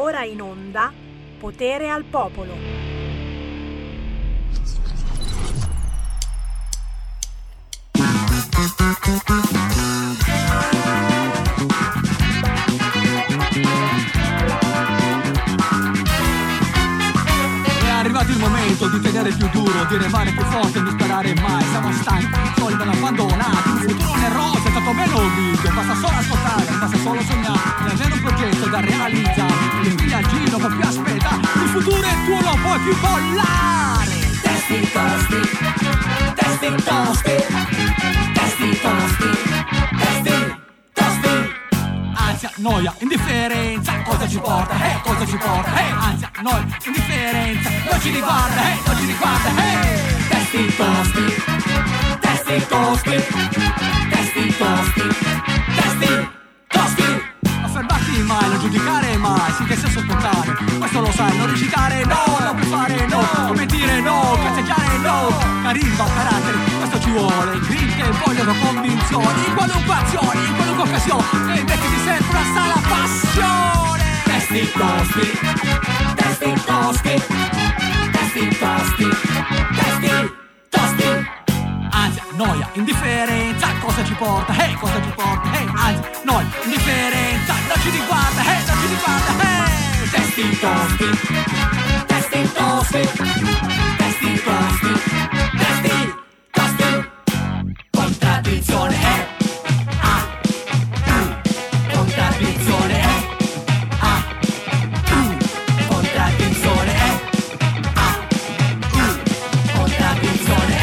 ora in onda Potere al Popolo. Il momento di tenere più duro, di remare più forte, non sperare mai. Siamo stanchi, soli, ben abbandonati. Il futuro non è rosa, è stato meno video. Basta solo ascoltare, basta solo sognare di avere un progetto da realizzare. Il viaggio non può più aspettare. Il futuro è tuo, non puoi più mollare. Testi tosti, testi tosti, testi tosti, testi tosti. Ansia, noia, indifferenza, cosa ci porta? Cosa ci porta? Ansia, noia, indifferenza, non ci riguarda, non ci riguarda, testi tosti, testi tosti, testi tosti, testi tosti. Non fermarti mai, non giudicare mai, sì che sei spontaneo, questo lo sai, non recitare no, non puoi fare no, come dire no, cazzeggiare no, carisma, carattere, questo ci vuole, green che vogliono convinzioni, in qualunque azione, in qualunque occasione, e mettiti sempre una sana passione. Testi tosti, testi tosti, testi tosti, testi tosti. Ansia, noia, indifferenza, cosa ci porta? Cosa ci porta? Ansia, noia, indifferenza, non ci riguarda, non ci riguarda, testi tosti, testi tosti, testi tosti, testi tosti. Contraddizione contraddizione contraddizione contraddizione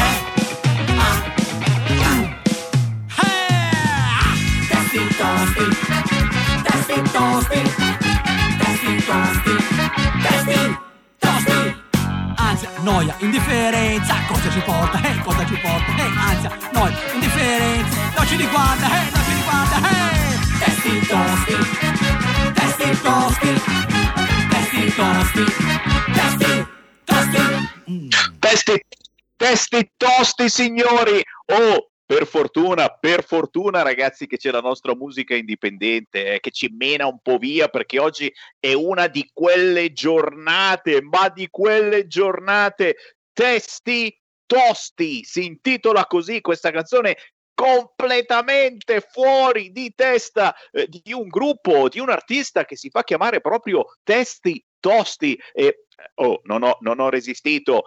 testi tosti, testi tosti, testi tosti, testi tosti. Ansia, noia, indifferenza, cosa ci porta? Cosa ci porta? Ansia, noia, indifferenza, non ci riguarda, non ci riguarda, testi tosti, testi tosti, testi tosti, testi tosti. Testi tosti, signori! Oh, per fortuna ragazzi che c'è la nostra musica indipendente che ci mena un po' via, perché oggi è una di quelle giornate, testi tosti, si intitola così questa canzone, completamente fuori di testa di un gruppo, di un artista che si fa chiamare proprio Testi Tosti. Non ho resistito,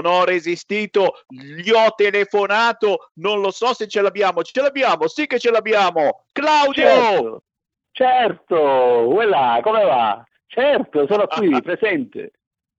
gli ho telefonato, non lo so se ce l'abbiamo, sì che ce l'abbiamo. Claudio! Certo, voilà, come va? Certo, sono qui, presente.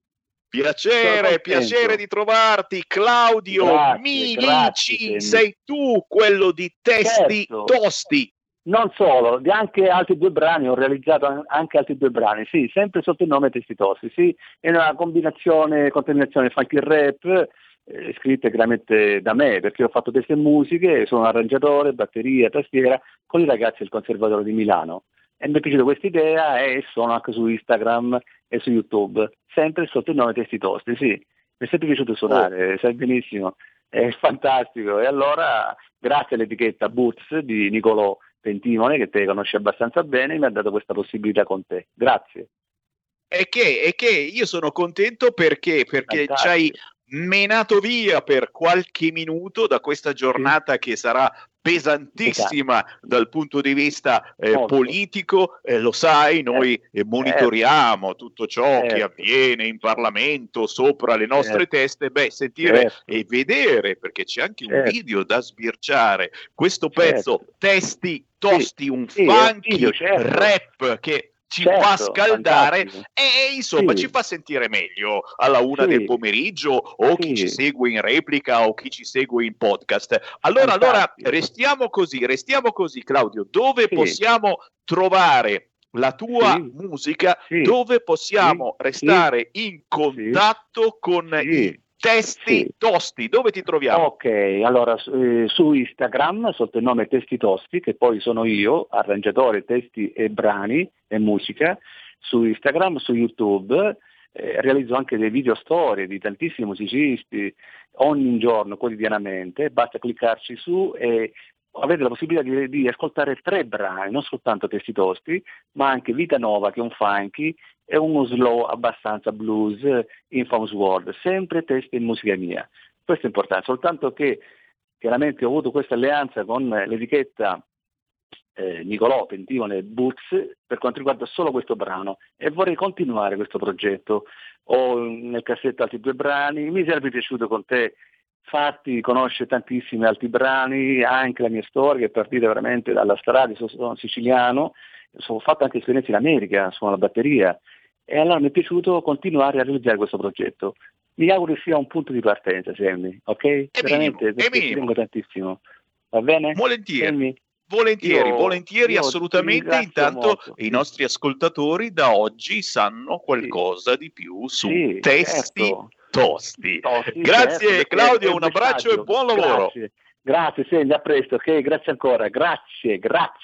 Piacere di trovarti, Claudio. Milici, sei tu quello di Testi Tosti. Non solo, anche altri due brani, ho realizzato anche altri due brani, sì, sempre sotto il nome Testi Tosti, sì, è una combinazione funky rap, scritte chiaramente da me, perché ho fatto testi e musiche, sono arrangiatore, batteria, tastiera, con i ragazzi del Conservatorio di Milano. E mi è piaciuta questa idea e sono anche su Instagram e su YouTube, sempre sotto il nome Testi Tosti, sì. Mi è sempre piaciuto suonare, sai benissimo, è fantastico. E allora, grazie all'etichetta Boots di Nicolò Pentimone, che te conosci abbastanza bene, mi ha dato questa possibilità con te. Grazie. E che io sono contento perché ci hai menato via per qualche minuto da questa giornata che sarà pesantissima dal punto di vista politico, lo sai, noi monitoriamo tutto ciò che avviene in Parlamento sopra le nostre teste, sentire e vedere, perché c'è anche un video da sbirciare, questo pezzo Testi Tosti, un funky rap che ci fa scaldare, fantastico. E insomma ci fa sentire meglio alla 1 del pomeriggio, o chi ci segue in replica o chi ci segue in podcast. Allora restiamo così, Claudio, dove possiamo trovare la tua musica, dove possiamo restare in contatto con i Testi Tosti, dove ti troviamo? Ok, allora su Instagram sotto il nome Testi Tosti, che poi sono io, arrangiatore, testi e brani e musica, su Instagram, su YouTube, realizzo anche dei video storie di tantissimi musicisti ogni giorno, quotidianamente, basta cliccarci su e avete la possibilità di ascoltare 3 brani, non soltanto Testi Tosti, ma anche Vita Nova, che è un funky, e uno slow abbastanza blues, Infamous World, sempre testi e musica mia. Questo è importante, soltanto che chiaramente ho avuto questa alleanza con l'etichetta Nicolò Pentivone Boots per quanto riguarda solo questo brano, e vorrei continuare questo progetto. Ho nel cassetto altri 2 brani, mi sarebbe piaciuto con te farti conoscere tantissimi altri brani, anche la mia storia che è partita veramente dalla strada, sono siciliano, ho fatto anche esperienze in America, suono la batteria, e allora mi è piaciuto continuare a realizzare questo progetto. Mi auguro che sia un punto di partenza, Sammy, ok? Veramente, perché ci tengo tantissimo. Va bene? Volentieri. Sammy? Volentieri, assolutamente. Intanto molto. i nostri ascoltatori da oggi sanno qualcosa di più su Testi Tosti. Grazie, certo, Claudio, un abbraccio e buon lavoro. Grazie, Sandy, a presto, ok? Grazie ancora, grazie,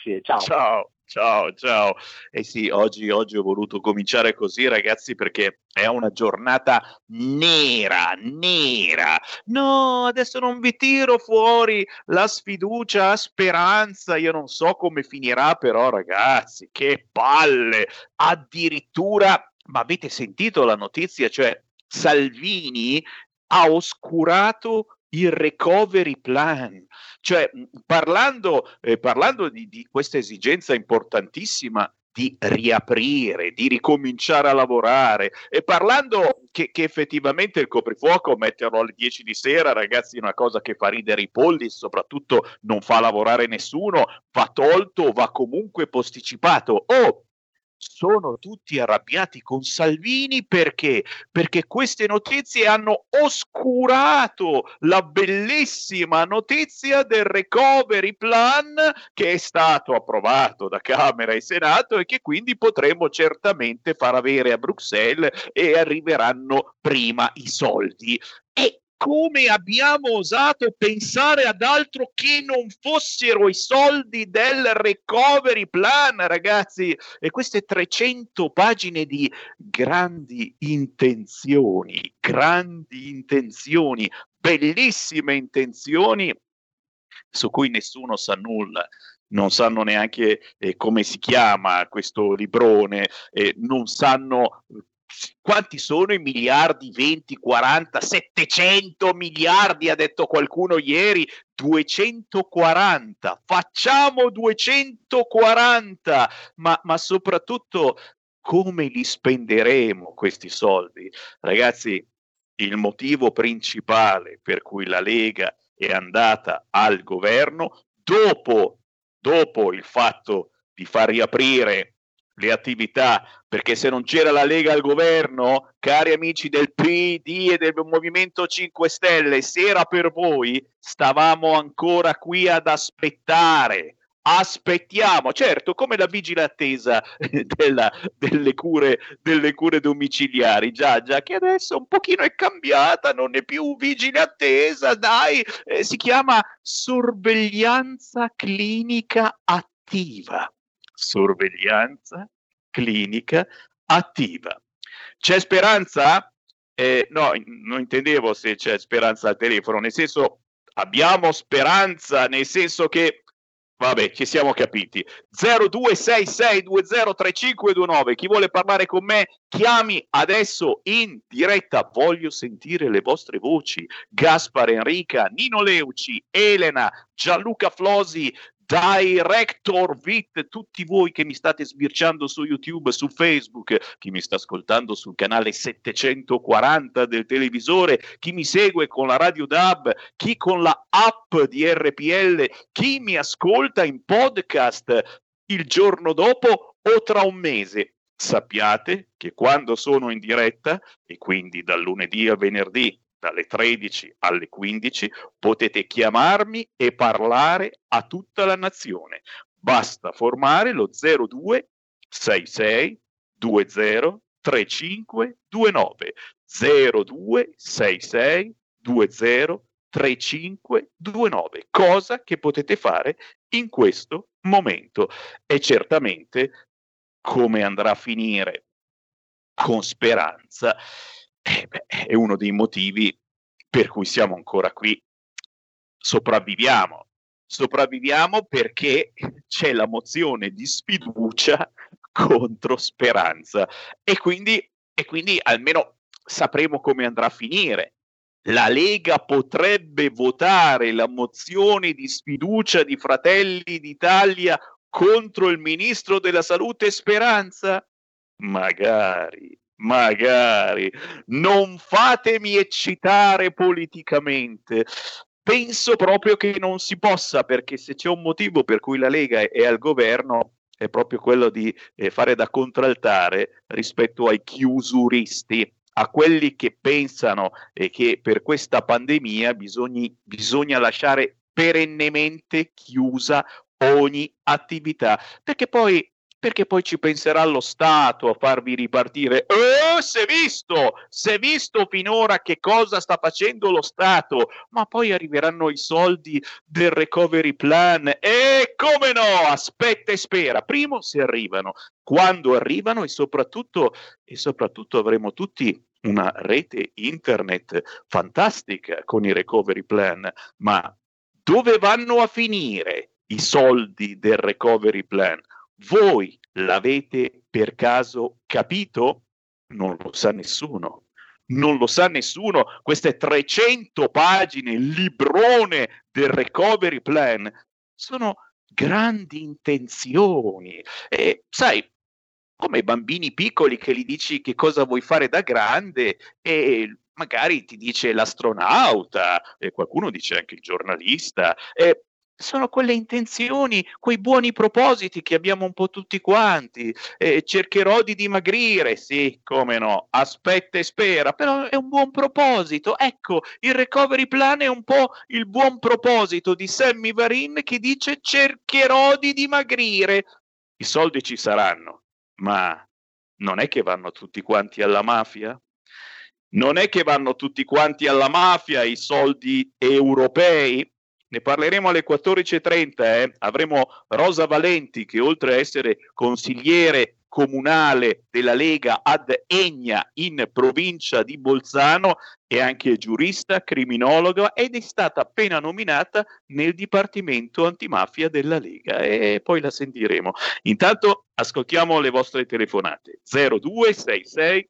ciao. Eh sì, oggi ho voluto cominciare così, ragazzi, perché è una giornata nera. No, adesso non vi tiro fuori la sfiducia a Speranza, io non so come finirà, però ragazzi, che palle! Addirittura, ma avete sentito la notizia? Cioè, Salvini ha oscurato il recovery plan, cioè parlando di questa esigenza importantissima di riaprire, di ricominciare a lavorare, e parlando che effettivamente il coprifuoco, metterlo alle 10 di sera, ragazzi, è una cosa che fa ridere i polli, soprattutto non fa lavorare nessuno, va tolto, va comunque posticipato. Sono tutti arrabbiati con Salvini perché queste notizie hanno oscurato la bellissima notizia del recovery plan che è stato approvato da Camera e Senato e che quindi potremo certamente far avere a Bruxelles, e arriveranno prima i soldi. E come abbiamo osato pensare ad altro che non fossero i soldi del recovery plan, ragazzi? E queste 300 pagine di grandi intenzioni, bellissime intenzioni, su cui nessuno sa nulla. Non sanno neanche come si chiama questo librone, non sanno quanti sono i miliardi, 20, 40, 700 miliardi, ha detto qualcuno ieri, 240, facciamo 240, ma soprattutto come li spenderemo questi soldi? Ragazzi, il motivo principale per cui la Lega è andata al governo dopo il fatto di far riaprire le attività, perché se non c'era la Lega al governo, cari amici del PD e del Movimento 5 Stelle, se era per voi, stavamo ancora qui ad aspettare. Aspettiamo, certo, come la vigile attesa delle cure domiciliari, già che adesso un pochino è cambiata, non è più vigile attesa, dai, si chiama sorveglianza clinica attiva. Sorveglianza clinica attiva. C'è Speranza? No, non intendevo se c'è Speranza al telefono, nel senso abbiamo speranza, nel senso che vabbè, ci siamo capiti. 0266203529. Chi vuole parlare con me, chiami adesso in diretta. Voglio sentire le vostre voci. Gaspar, Enrica, Nino Leuci, Elena, Gianluca Flosi, Director Vit, tutti voi che mi state sbirciando su YouTube, su Facebook, chi mi sta ascoltando sul canale 740 del televisore, chi mi segue con la Radio DAB, chi con la app di RPL, chi mi ascolta in podcast il giorno dopo o tra un mese. Sappiate che quando sono in diretta, e quindi dal lunedì al venerdì, dalle 13 alle 15, potete chiamarmi e parlare a tutta la nazione. Basta formare lo 02 66 20 35 29 02 66 20 35 29, cosa che potete fare in questo momento. E certamente come andrà a finire con Speranza è uno dei motivi per cui siamo ancora qui, sopravviviamo, sopravviviamo perché c'è la mozione di sfiducia contro Speranza e quindi almeno sapremo come andrà a finire. La Lega potrebbe votare la mozione di sfiducia di Fratelli d'Italia contro il ministro della Salute Speranza? Magari. Non fatemi eccitare politicamente. Penso proprio che non si possa, perché se c'è un motivo per cui la Lega è al governo è proprio quello di fare da contraltare rispetto ai chiusuristi, a quelli che pensano che per questa pandemia bisogna lasciare perennemente chiusa ogni attività, perché poi ci penserà lo Stato a farvi ripartire. Si è visto finora che cosa sta facendo lo Stato, ma poi arriveranno i soldi del recovery plan e come no, aspetta e spera, primo se arrivano, quando arrivano e soprattutto avremo tutti una rete internet fantastica con i recovery plan, ma dove vanno a finire i soldi del recovery plan? Voi l'avete per caso capito? Non lo sa nessuno. Queste 300 pagine, il librone del recovery plan, sono grandi intenzioni. E sai, come i bambini piccoli che gli dici che cosa vuoi fare da grande e magari ti dice l'astronauta, e qualcuno dice anche il giornalista. Sono quelle intenzioni, quei buoni propositi che abbiamo un po' tutti quanti. Cercherò di dimagrire, sì, come no, aspetta e spera, però è un buon proposito. Ecco, il recovery plan è un po' il buon proposito di Sammy Varin che dice cercherò di dimagrire. I soldi ci saranno, ma non è che vanno tutti quanti alla mafia? Non è che vanno tutti quanti alla mafia i soldi europei? Ne parleremo alle 14.30, avremo Rosa Valenti che oltre a essere consigliere comunale della Lega ad Egna in provincia di Bolzano è anche giurista, criminologa ed è stata appena nominata nel Dipartimento Antimafia della Lega e poi la sentiremo. Intanto ascoltiamo le vostre telefonate 0266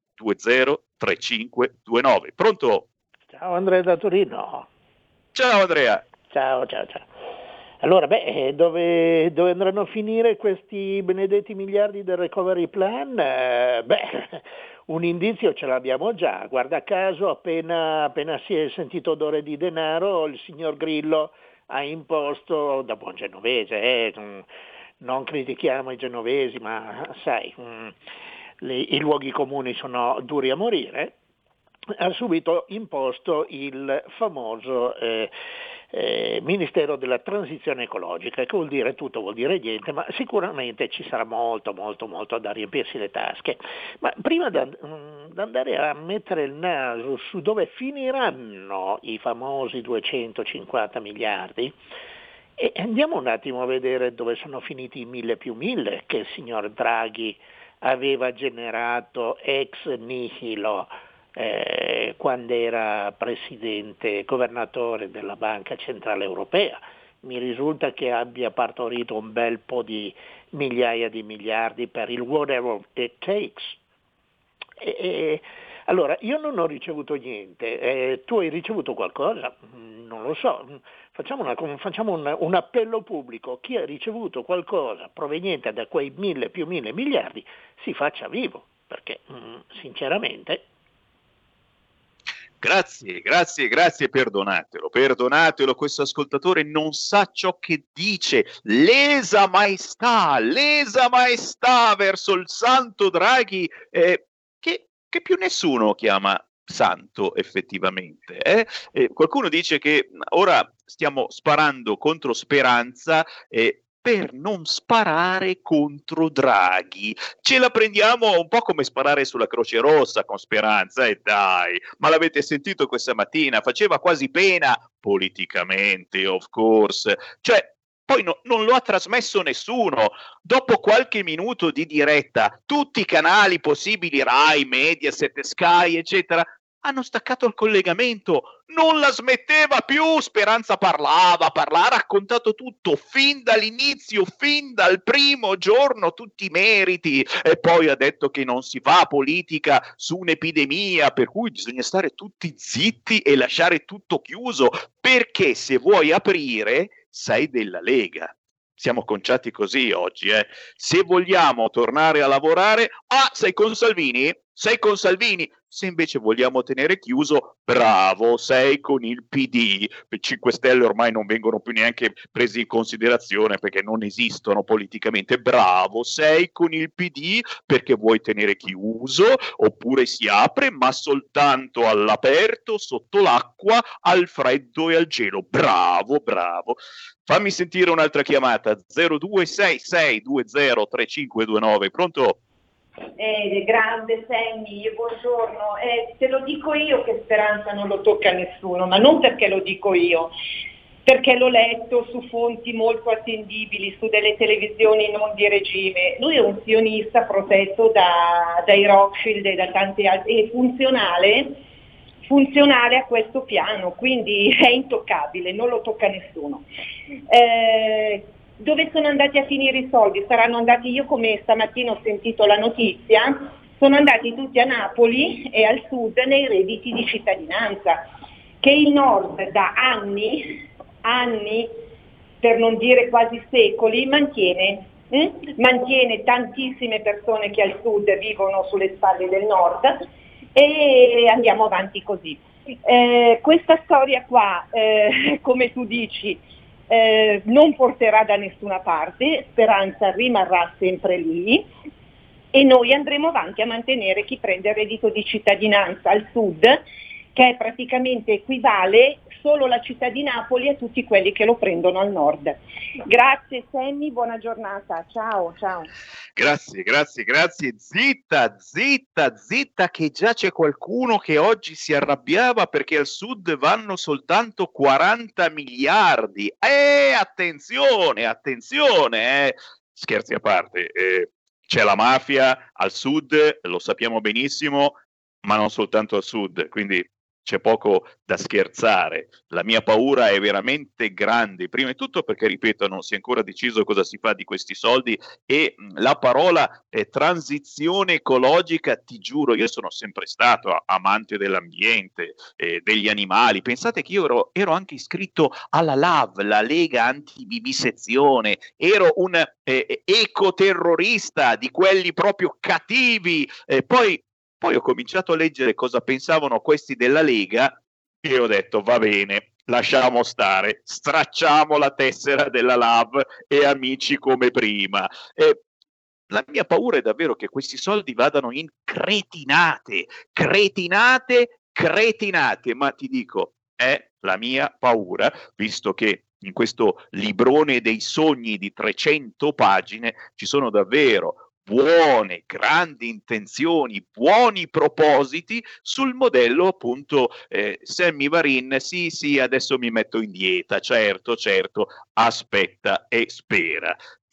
203529. Pronto? Ciao Andrea da Torino. Ciao Andrea. Ciao. Allora, dove andranno a finire questi benedetti miliardi del recovery plan? Un indizio ce l'abbiamo già. Guarda caso, appena si è sentito odore di denaro, il signor Grillo ha imposto, da buon genovese, non critichiamo i genovesi, ma sai, i luoghi comuni sono duri a morire, ha subito imposto il famoso Ministero della Transizione Ecologica, che vuol dire tutto, vuol dire niente, ma sicuramente ci sarà molto da riempirsi le tasche. Ma prima di andare a mettere il naso su dove finiranno i famosi 250 miliardi, andiamo un attimo a vedere dove sono finiti i 1000 più 1000 che il signor Draghi aveva generato ex nihilo quando era governatore della Banca Centrale Europea. Mi risulta che abbia partorito un bel po' di migliaia di miliardi per il whatever it takes. Allora, io non ho ricevuto niente, tu hai ricevuto qualcosa? Non lo so, facciamo un appello pubblico, chi ha ricevuto qualcosa proveniente da quei 1000 più 1000 miliardi si faccia vivo, perché sinceramente... Grazie, perdonatelo, questo ascoltatore non sa ciò che dice, lesa maestà verso il santo Draghi, che più nessuno chiama santo effettivamente. Qualcuno dice che ora stiamo sparando contro Speranza per non sparare contro Draghi. Ce la prendiamo un po' come sparare sulla Croce Rossa con Speranza, e dai, ma l'avete sentito questa mattina? Faceva quasi pena, politicamente, of course, cioè poi non lo ha trasmesso nessuno. Dopo qualche minuto di diretta, tutti i canali possibili, Rai, Mediaset, Sky, eccetera, hanno staccato il collegamento, non la smetteva più, Speranza ha raccontato tutto, fin dall'inizio, fin dal primo giorno, tutti i meriti, e poi ha detto che non si fa politica su un'epidemia, per cui bisogna stare tutti zitti e lasciare tutto chiuso, perché se vuoi aprire sei della Lega. Siamo conciati così oggi, Se vogliamo tornare a lavorare, sei con Salvini? Sei con Salvini? Se invece vogliamo tenere chiuso, bravo, sei con il PD. I 5 Stelle ormai non vengono più neanche presi in considerazione perché non esistono politicamente. Bravo, sei con il PD perché vuoi tenere chiuso, oppure si apre, ma soltanto all'aperto, sotto l'acqua, al freddo e al gelo. Bravo, bravo. Fammi sentire un'altra chiamata. 0266203529. Pronto? Grande Sammy, buongiorno. Te lo dico io che Speranza non lo tocca a nessuno, ma non perché lo dico io, perché l'ho letto su fonti molto attendibili, su delle televisioni non di regime. Lui è un sionista protetto dai Rothschild e da tanti altri, e funzionale a questo piano, quindi è intoccabile, non lo tocca a nessuno. Dove sono andati a finire i soldi? Saranno andati, io come stamattina ho sentito la notizia, sono andati tutti a Napoli e al sud nei redditi di cittadinanza, che il nord da anni, per non dire quasi secoli, mantiene tantissime persone che al sud vivono sulle spalle del nord, e andiamo avanti così. Questa storia qua, come tu dici, non porterà da nessuna parte, Speranza rimarrà sempre lì e noi andremo avanti a mantenere chi prende il reddito di cittadinanza al sud, che praticamente equivale solo la città di Napoli a tutti quelli che lo prendono al nord. Grazie Sammy, buona giornata, ciao. Grazie. Zitta, che già c'è qualcuno che oggi si arrabbiava perché al sud vanno soltanto 40 miliardi. Attenzione. Scherzi a parte, c'è la mafia al sud, lo sappiamo benissimo, ma non soltanto al sud, quindi c'è poco da scherzare. La mia paura è veramente grande, prima di tutto perché, ripeto, non si è ancora deciso cosa si fa di questi soldi, e la parola transizione ecologica, ti giuro, io sono sempre stato amante dell'ambiente, degli animali. Pensate che io ero anche iscritto alla LAV, la Lega Antivivisezione, ero un ecoterrorista di quelli proprio cattivi, poi ho cominciato a leggere cosa pensavano questi della Lega e ho detto va bene, lasciamo stare, stracciamo la tessera della LAV e amici come prima. La mia paura è davvero che questi soldi vadano in cretinate, ma ti dico, è la mia paura, visto che in questo librone dei sogni di 300 pagine ci sono davvero buone, grandi intenzioni, buoni propositi sul modello appunto Sammy Varin, sì, adesso mi metto in dieta, certo, aspetta e spera.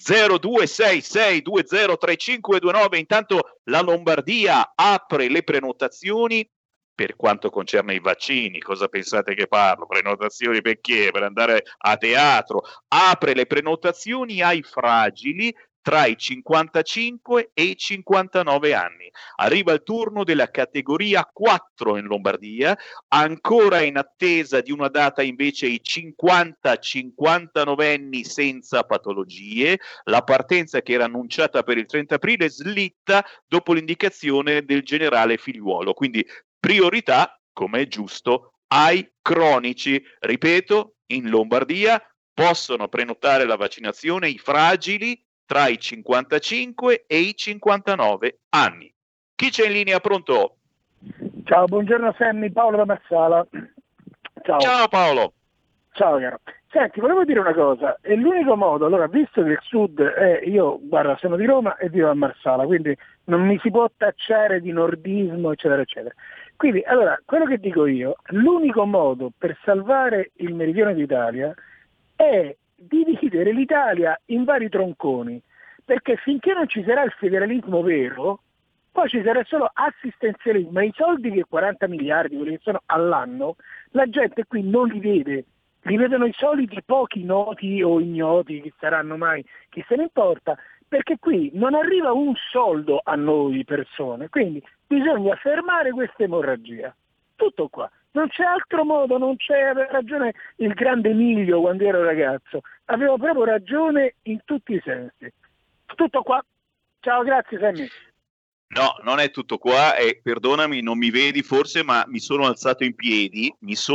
0266203529. Intanto la Lombardia apre le prenotazioni per quanto concerne i vaccini. Cosa pensate che parlo? Prenotazioni per chi? Per andare a teatro. Apre le prenotazioni ai fragili tra i 55 e i 59 anni. Arriva il turno della categoria 4 in Lombardia, ancora in attesa di una data invece i 50-59 anni senza patologie. La partenza, che era annunciata per il 30 aprile, slitta dopo l'indicazione del generale Figliuolo. Quindi priorità, come è giusto, ai cronici. Ripeto, in Lombardia possono prenotare la vaccinazione i fragili tra i 55 e i 59 anni. Chi c'è in linea? Pronto? Ciao, buongiorno Sammy, Paolo da Marsala. Ciao Paolo. Ciao caro. Senti, volevo dire una cosa, è l'unico modo, allora, visto che il sud io guarda, sono di Roma e vivo a Marsala, quindi non mi si può tacciare di nordismo, eccetera, eccetera. Quindi, allora, quello che dico io, l'unico modo per salvare il meridione d'Italia è dividere l'Italia in vari tronconi, perché finché non ci sarà il federalismo vero, poi ci sarà solo assistenzialismo, ma i soldi che 40 miliardi, quelli che sono all'anno, la gente qui non li vede, li vedono i soliti pochi noti o ignoti, chi saranno mai, chi se ne importa, perché qui non arriva un soldo a noi persone, quindi bisogna fermare questa emorragia. Tutto qua. Non c'è altro modo, non c'è, aveva ragione il grande Emilio quando ero ragazzo, aveva proprio ragione in tutti i sensi. Tutto qua. Ciao, grazie Sammy. No, non è tutto qua e perdonami, non mi vedi forse, ma mi sono alzato in piedi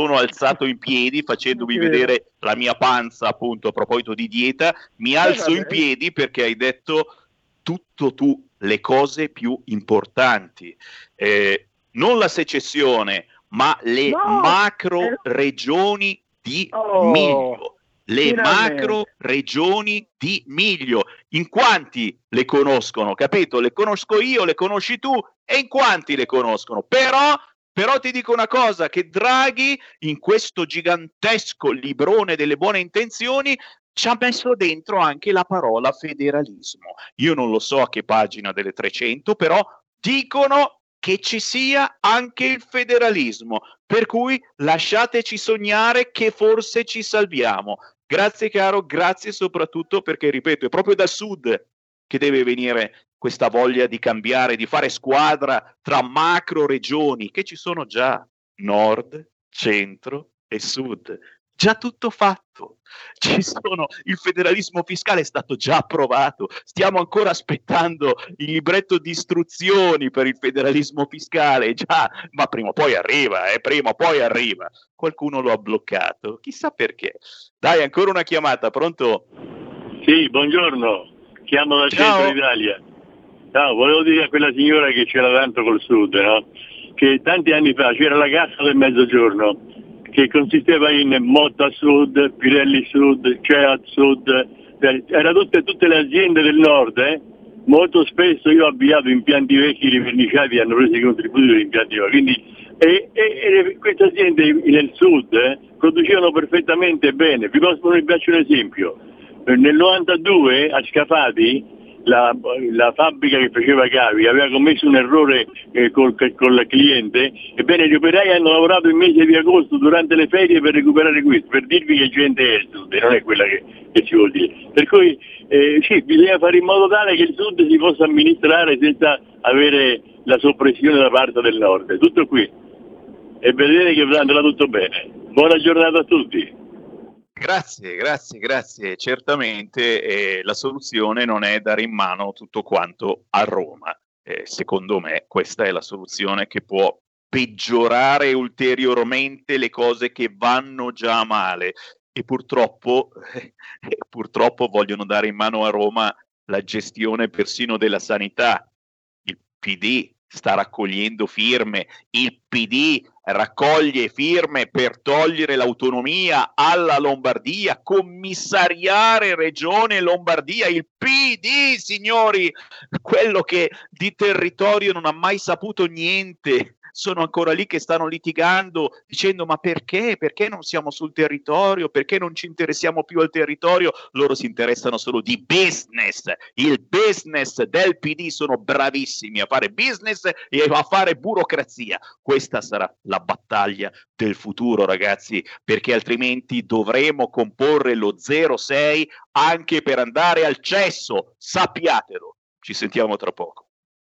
facendomi vedere la mia panza, appunto, a proposito di dieta, mi alzo in piedi perché hai detto tutto tu, le cose più importanti, non la secessione, ma le macro regioni di miglio. Le macro regioni di miglio, in quanti le conoscono, capito? Le conosco io, le conosci tu, e in quanti le conoscono? Però ti dico una cosa, che Draghi in questo gigantesco librone delle buone intenzioni ci ha messo dentro anche la parola federalismo. Io non lo so a che pagina delle 300, però dicono che ci sia anche il federalismo, per cui lasciateci sognare che forse ci salviamo. Grazie caro, grazie soprattutto perché, ripeto, è proprio dal sud che deve venire questa voglia di cambiare, di fare squadra tra macro regioni, che ci sono già, nord, centro e sud. Già tutto fatto, il federalismo fiscale è stato già approvato, stiamo ancora aspettando il libretto di istruzioni per il federalismo fiscale, già, ma prima o poi arriva, qualcuno lo ha bloccato, chissà perché. Dai, ancora una chiamata, pronto? Sì, buongiorno, chiamo dal centro Italia. No, volevo dire a quella signora che c'era tanto col sud, no? Che tanti anni fa c'era la cassa del mezzogiorno, che consisteva in Motta Sud, Pirelli Sud, Ceat Sud, era tutte le aziende del nord, molto spesso io ho avviato impianti vecchi, li verniciati hanno preso i contributi degli impianti nuovi, quindi queste aziende nel sud producevano perfettamente bene. Vi faccio un esempio, nel 92 a Scafati la fabbrica che faceva cavi aveva commesso un errore col cliente, ebbene gli operai hanno lavorato il mese di agosto durante le ferie per recuperare questo, per dirvi che gente è il sud, e non è quella che si vuol dire. Per cui sì, bisogna fare in modo tale che il sud si possa amministrare senza avere la soppressione da parte del nord. Tutto qui, e vedete che andrà tutto bene. Buona giornata a tutti. Grazie. Certamente la soluzione non è dare in mano tutto quanto a Roma. Secondo me questa è la soluzione che può peggiorare ulteriormente le cose che vanno già male. E purtroppo vogliono dare in mano a Roma la gestione persino della sanità. Il PD sta raccogliendo firme, il PD raccoglie firme per togliere l'autonomia alla Lombardia, commissariare Regione Lombardia, il PD, signori, quello che di territorio non ha mai saputo niente. Sono ancora lì che stanno litigando dicendo ma perché non siamo sul territorio, perché non ci interessiamo più al territorio. Loro si interessano solo di business, il business del PD, sono bravissimi a fare business e a fare burocrazia. Questa sarà la battaglia del futuro, ragazzi, perché altrimenti dovremo comporre lo 06 anche per andare al cesso, sappiatelo. Ci sentiamo tra poco.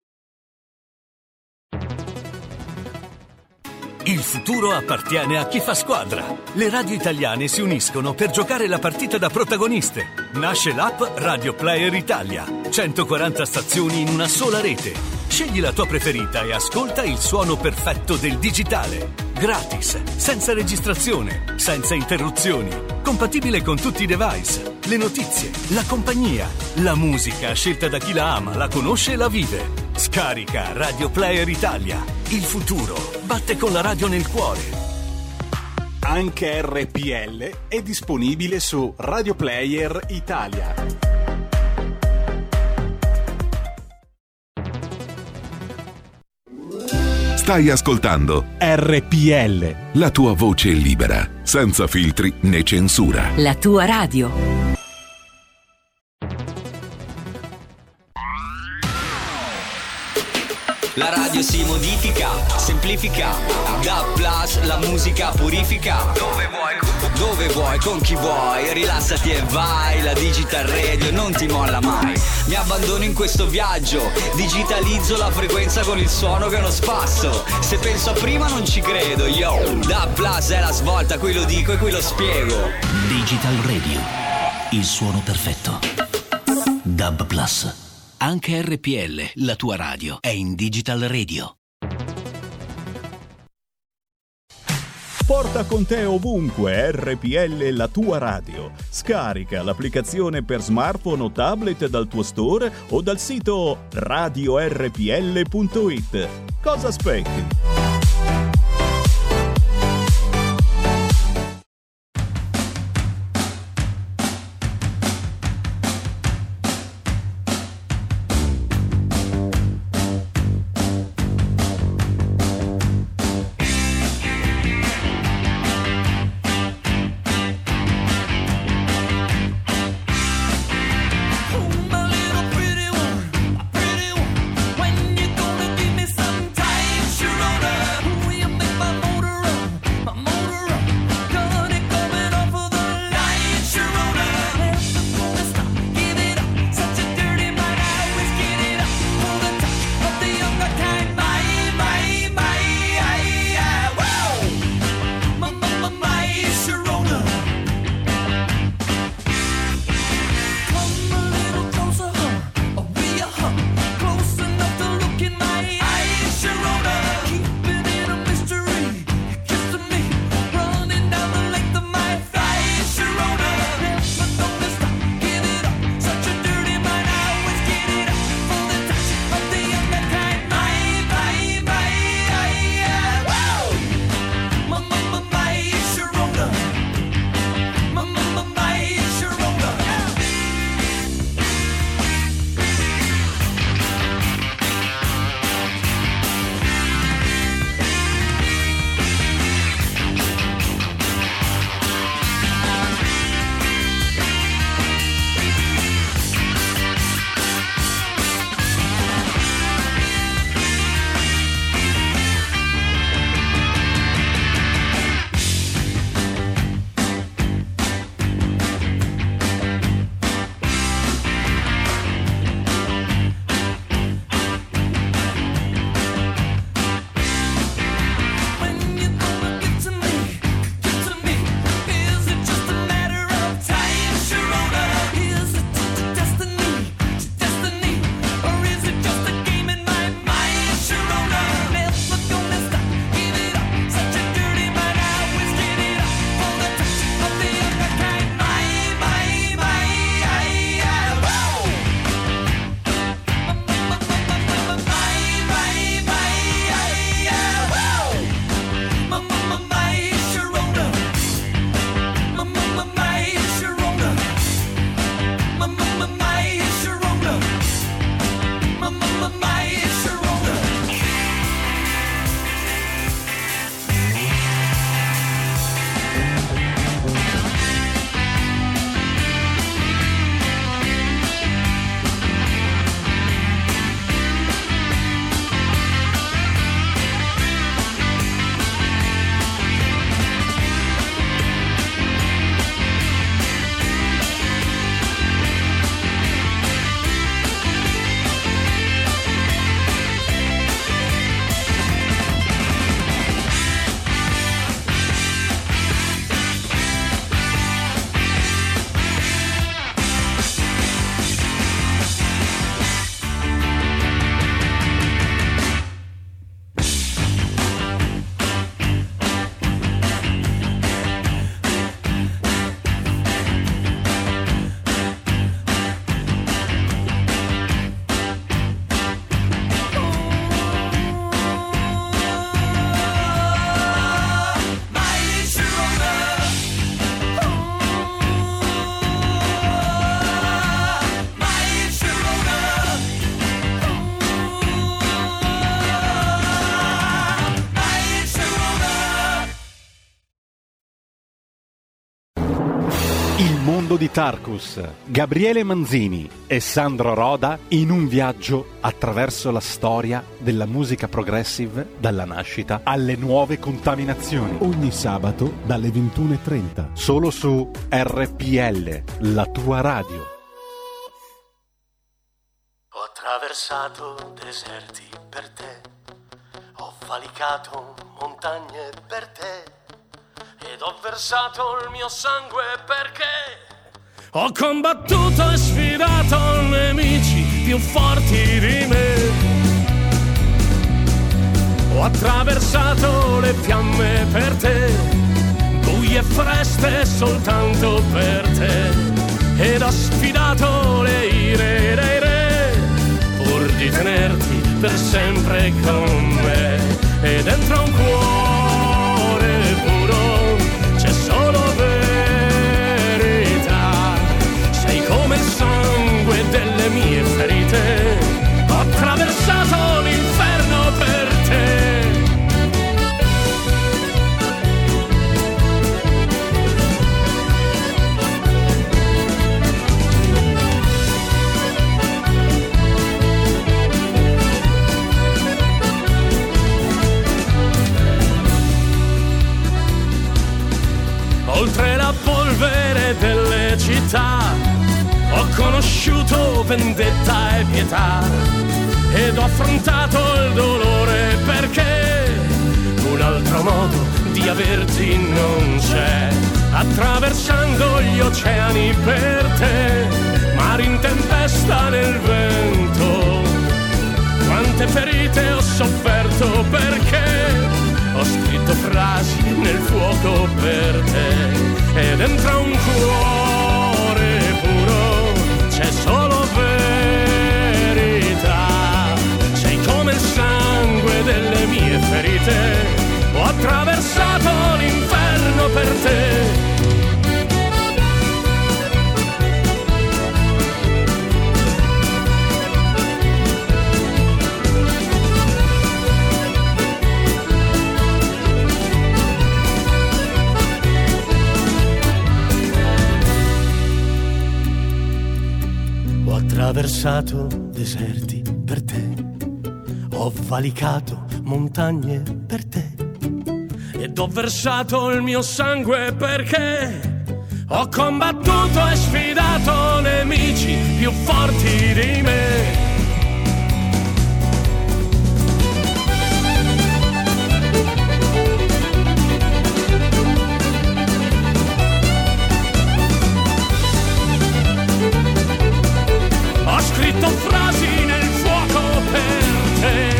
Il futuro appartiene a chi fa squadra. Le radio italiane si uniscono per giocare la partita da protagoniste. Nasce l'app Radio Player Italia. 140 stazioni in una sola rete. Scegli la tua preferita e ascolta il suono perfetto del digitale. Gratis, senza registrazione, senza interruzioni. Compatibile con tutti i device. Le notizie, la compagnia, la musica scelta da chi la ama, la conosce e la vive. Scarica Radio Player Italia. Il futuro batte con la radio nel cuore. Anche RPL è disponibile su Radio Player Italia. Stai ascoltando RPL, la tua voce libera, senza filtri né censura. La tua radio. La radio si modifica, semplifica. DAB Plus, la musica purifica. Dove vuoi, con chi vuoi, rilassati e vai. La Digital Radio non ti molla mai. Mi abbandono in questo viaggio, digitalizzo la frequenza con il suono che non spasso. Se penso a prima non ci credo, yo. DAB Plus è la svolta, qui lo dico e qui lo spiego. Digital Radio, il suono perfetto. DAB Plus. Anche RPL, la tua radio, è in Digital Radio. Porta con te ovunque RPL, la tua radio. Scarica l'applicazione per smartphone o tablet dal tuo store o dal sito radiorpl.it. Cosa aspetti? When you gonna give me some time, sure. Il mondo di Tarkus, Gabriele Manzini e Sandro Roda in un viaggio attraverso la storia della musica progressive dalla nascita alle nuove contaminazioni. Ogni sabato dalle 21:30. Solo su RPL, la tua radio. Ho attraversato deserti per te, ho valicato montagne per te, ed ho versato il mio sangue perché ho combattuto e sfidato nemici più forti di me. Ho attraversato le fiamme per te, buie freste soltanto per te, ed ho sfidato le ire dei re pur di tenerti per sempre con me. E dentro un cuore puro c'è solo verità, sei come il sangue delle mie ferite, ho attraversato l'inferno per te. Oltre la polvere delle città ho conosciuto vendetta e pietà, ed ho affrontato il dolore perché un altro modo di averti non c'è. Attraversando gli oceani per te, mari in tempesta nel vento, quante ferite ho sofferto perché ho scritto frasi nel fuoco per te. E dentro un cuore puro c'è solo verità, sei come il sangue delle mie ferite, ho attraversato l'inferno per te. Ho attraversato deserti per te, ho valicato montagne per te, ed ho versato il mio sangue perché ho combattuto e sfidato nemici più forti di me. Ho scritto frasi nel fuoco per te.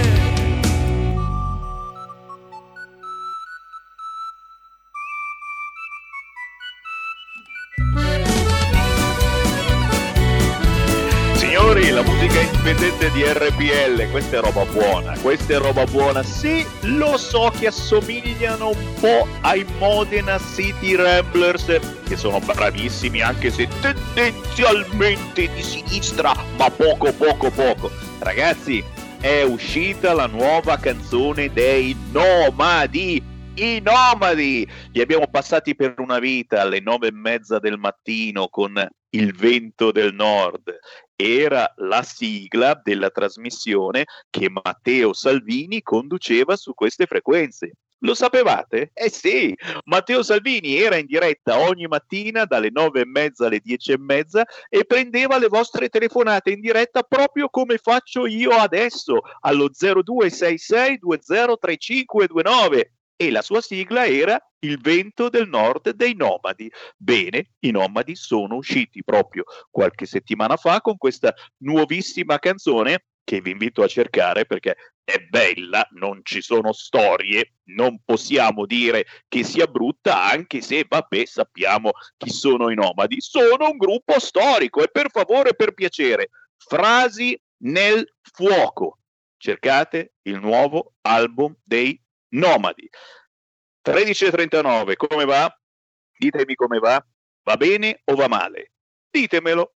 Signori, la musica indipendente di RPL, questa è roba buona, sì, lo so che assomigliano un po' ai Modena City Ramblers, che sono bravissimi anche se tendenzialmente di sinistra, ma poco. Ragazzi, è uscita la nuova canzone dei Nomadi. I Nomadi li abbiamo passati per una vita alle 9:30 del mattino con Il vento del nord. Era la sigla della trasmissione che Matteo Salvini conduceva su queste frequenze. Lo sapevate? Eh sì, Matteo Salvini era in diretta ogni mattina dalle 9:30 alle 10:30 e prendeva le vostre telefonate in diretta proprio come faccio io adesso allo 0266203529. E la sua sigla era Il vento del nord dei Nomadi. Bene, i Nomadi sono usciti proprio qualche settimana fa con questa nuovissima canzone che vi invito a cercare perché è bella, non ci sono storie, non possiamo dire che sia brutta, anche se, vabbè, sappiamo chi sono i Nomadi. Sono un gruppo storico e per favore, per piacere, frasi nel fuoco. Cercate il nuovo album dei Nomadi. 13:39, come va? Ditemi come va? Va bene o va male? ditemelo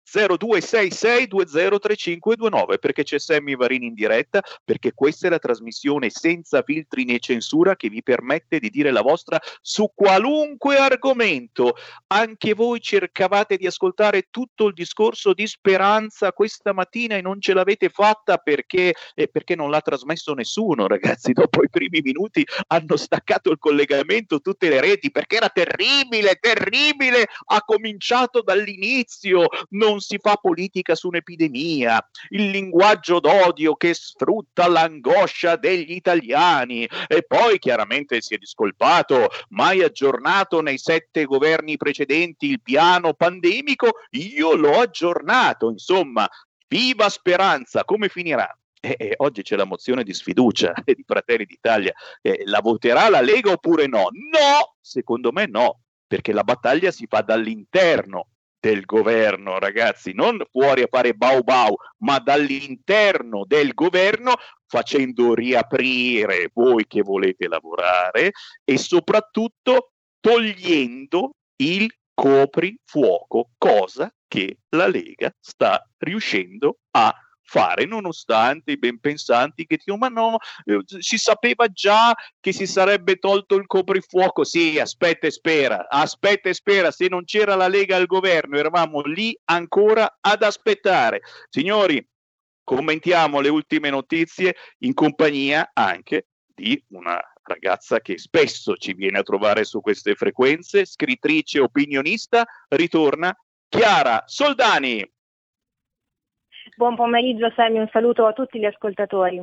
0266203529, perché c'è Sammy Varini in diretta, perché questa è la trasmissione senza filtri né censura che vi permette di dire la vostra su qualunque argomento. Anche voi cercavate di ascoltare tutto il discorso di Speranza questa mattina e non ce l'avete fatta perché non l'ha trasmesso nessuno, ragazzi. Dopo i primi minuti hanno staccato il collegamento tutte le reti perché era terribile, ha cominciato dall'inizio. Non si fa politica su un'epidemia, il linguaggio d'odio che sfrutta l'angoscia degli italiani, e poi chiaramente si è discolpato, mai aggiornato nei 7 governi precedenti il piano pandemico, io l'ho aggiornato, insomma, viva Speranza. Come finirà? Oggi c'è la mozione di sfiducia di Fratelli d'Italia, la voterà la Lega oppure no? No, secondo me no, perché la battaglia si fa dall'interno del governo, ragazzi, non fuori a fare bau bau, ma dall'interno del governo, facendo riaprire voi che volete lavorare e soprattutto togliendo il coprifuoco, cosa che la Lega sta riuscendo a fare, nonostante i ben pensanti che dicono ma no, si sapeva già che si sarebbe tolto il coprifuoco. Sì, aspetta e spera, se non c'era la Lega al governo eravamo lì ancora ad aspettare. Signori, commentiamo le ultime notizie in compagnia anche di una ragazza che spesso ci viene a trovare su queste frequenze, scrittrice, opinionista. Ritorna Chiara Soldani. Buon pomeriggio Sammy, un saluto a tutti gli ascoltatori.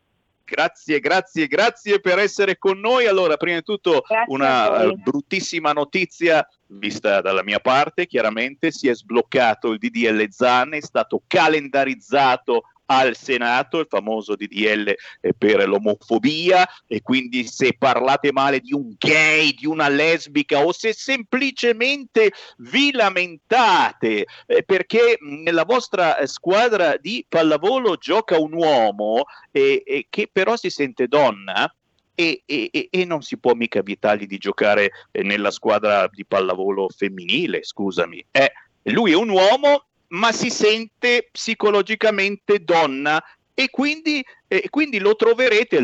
Grazie per essere con noi. Allora, prima di tutto una bruttissima notizia vista dalla mia parte, chiaramente si è sbloccato il DDL Zan, è stato calendarizzato al Senato, il famoso DDL per l'omofobia, e quindi se parlate male di un gay, di una lesbica o se semplicemente vi lamentate perché nella vostra squadra di pallavolo gioca un uomo che però si sente donna, e non si può mica vietargli di giocare nella squadra di pallavolo femminile, scusami. Lui è un uomo ma si sente psicologicamente donna e quindi la troverete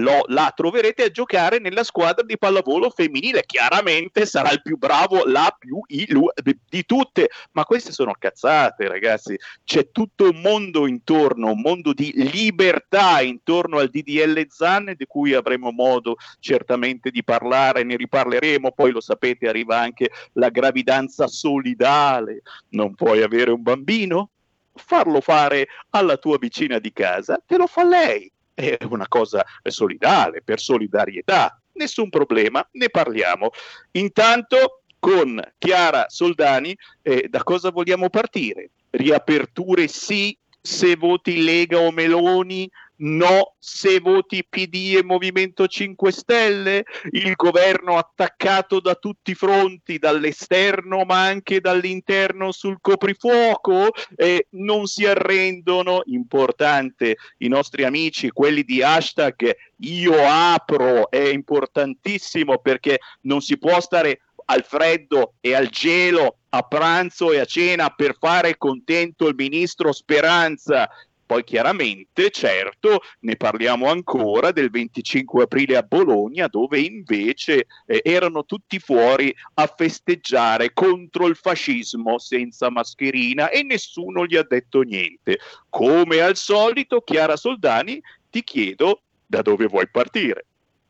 a giocare nella squadra di pallavolo femminile. Chiaramente sarà il più bravo, la più di tutte, ma queste sono cazzate, ragazzi. C'è tutto un mondo intorno, un mondo di libertà intorno al DDL Zan, di cui avremo modo certamente di parlare, ne riparleremo. Poi lo sapete, arriva anche la gravidanza solidale. Non puoi avere un bambino? Farlo fare alla tua vicina di casa, te lo fa lei. È una cosa solidale, per solidarietà, nessun problema, ne parliamo. Intanto con Chiara Soldani da cosa vogliamo partire? Riaperture sì, se voti Lega o Meloni, no se voti PD e Movimento 5 Stelle, il governo attaccato da tutti i fronti, dall'esterno ma anche dall'interno sul coprifuoco, non si arrendono, importante, i nostri amici, quelli di hashtag io apro, è importantissimo perché non si può stare al freddo e al gelo a pranzo e a cena per fare contento il ministro Speranza. Poi chiaramente, certo, ne parliamo ancora del 25 aprile a Bologna, dove invece erano tutti fuori a festeggiare contro il fascismo senza mascherina e nessuno gli ha detto niente. Come al solito, Chiara Soldani, ti chiedo da dove vuoi partire.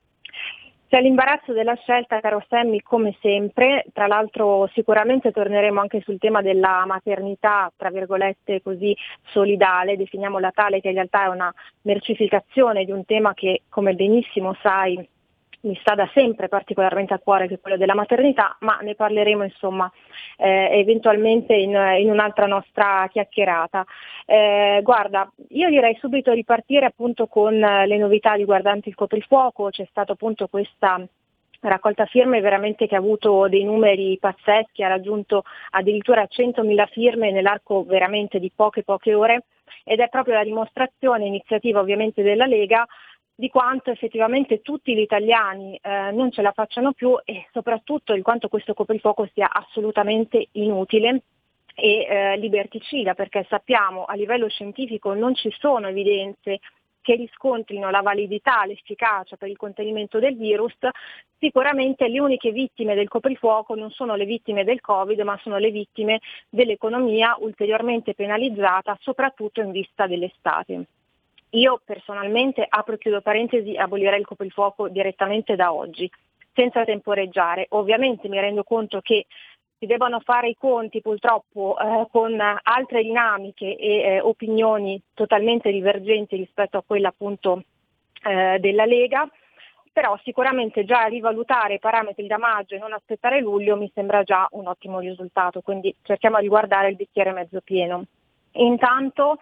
C'è l'imbarazzo della scelta, caro Sammy, come sempre. Tra l'altro sicuramente torneremo anche sul tema della maternità, tra virgolette così, solidale, definiamola tale, che in realtà è una mercificazione di un tema che, come benissimo sai, mi sta da sempre particolarmente a cuore, che è quello della maternità, ma ne parleremo insomma eventualmente in un'altra nostra chiacchierata. Guarda, io direi subito ripartire appunto con le novità riguardanti il coprifuoco. C'è stata appunto questa raccolta firme veramente che ha avuto dei numeri pazzeschi, ha raggiunto addirittura 100.000 firme nell'arco veramente di poche ore, ed è proprio la dimostrazione, iniziativa ovviamente della Lega, di quanto effettivamente tutti gli italiani non ce la facciano più, e soprattutto di quanto questo coprifuoco sia assolutamente inutile e liberticida, perché sappiamo a livello scientifico non ci sono evidenze che riscontrino la validità, l'efficacia per il contenimento del virus. Sicuramente le uniche vittime del coprifuoco non sono le vittime del Covid, ma sono le vittime dell'economia ulteriormente penalizzata, soprattutto in vista dell'estate. Io personalmente, apro e chiudo parentesi, abolirei il coprifuoco direttamente da oggi, senza temporeggiare. Ovviamente mi rendo conto che si debbano fare i conti purtroppo con altre dinamiche e opinioni totalmente divergenti rispetto a quella appunto della Lega, però sicuramente già rivalutare i parametri da maggio e non aspettare luglio mi sembra già un ottimo risultato, quindi cerchiamo di guardare il bicchiere mezzo pieno. Intanto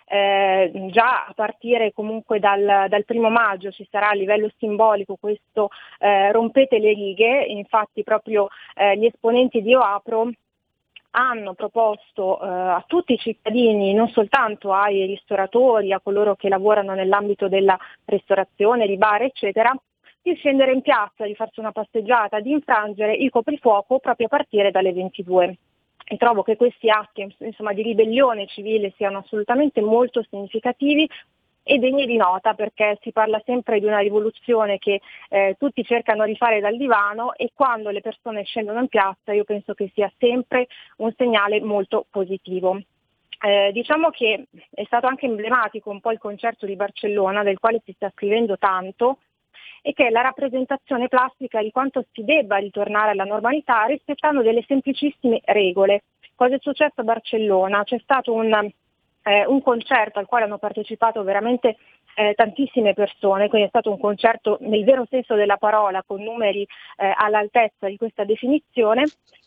già a partire comunque dal 1° maggio ci sarà a livello simbolico questo rompete le righe, infatti proprio gli esponenti di OAPRO hanno proposto a tutti i cittadini, non soltanto ai ristoratori, a coloro che lavorano nell'ambito della ristorazione, di bar eccetera, di scendere in piazza, di farsi una passeggiata, di infrangere il coprifuoco proprio a partire dalle 22. E trovo che questi atti di ribellione civile siano assolutamente molto significativi e degni di nota, perché si parla sempre di una rivoluzione che tutti cercano di fare dal divano, e quando le persone scendono in piazza io penso che sia sempre un segnale molto positivo. Diciamo che è stato anche emblematico un po' il concerto di Barcellona, del quale si sta scrivendo tanto, e che è la rappresentazione plastica di quanto si debba ritornare alla normalità rispettando delle semplicissime regole. Cosa è successo a Barcellona? C'è stato un concerto al quale hanno partecipato veramente tantissime persone, quindi è stato un concerto nel vero senso della parola, con numeri all'altezza di questa definizione,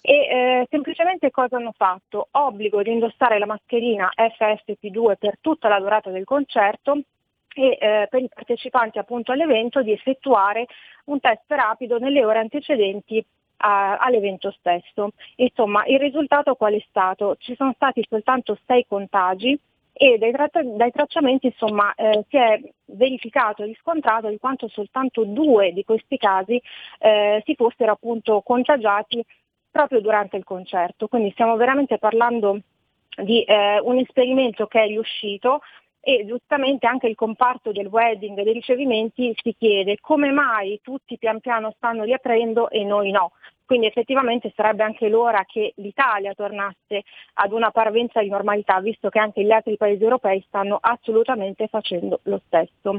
e semplicemente cosa hanno fatto? Obbligo di indossare la mascherina FFP2 per tutta la durata del concerto, e per i partecipanti appunto all'evento di effettuare un test rapido nelle ore antecedenti all'evento stesso. Insomma, il risultato qual è stato? Ci sono stati soltanto 6 contagi e dai tracciamenti si è verificato e riscontrato di quanto soltanto 2 di questi casi si fossero appunto contagiati proprio durante il concerto. Quindi stiamo veramente parlando di un esperimento che è riuscito, e giustamente anche il comparto del wedding e dei ricevimenti si chiede come mai tutti pian piano stanno riaprendo e noi no. Quindi effettivamente sarebbe anche l'ora che l'Italia tornasse ad una parvenza di normalità, visto che anche gli altri paesi europei stanno assolutamente facendo lo stesso.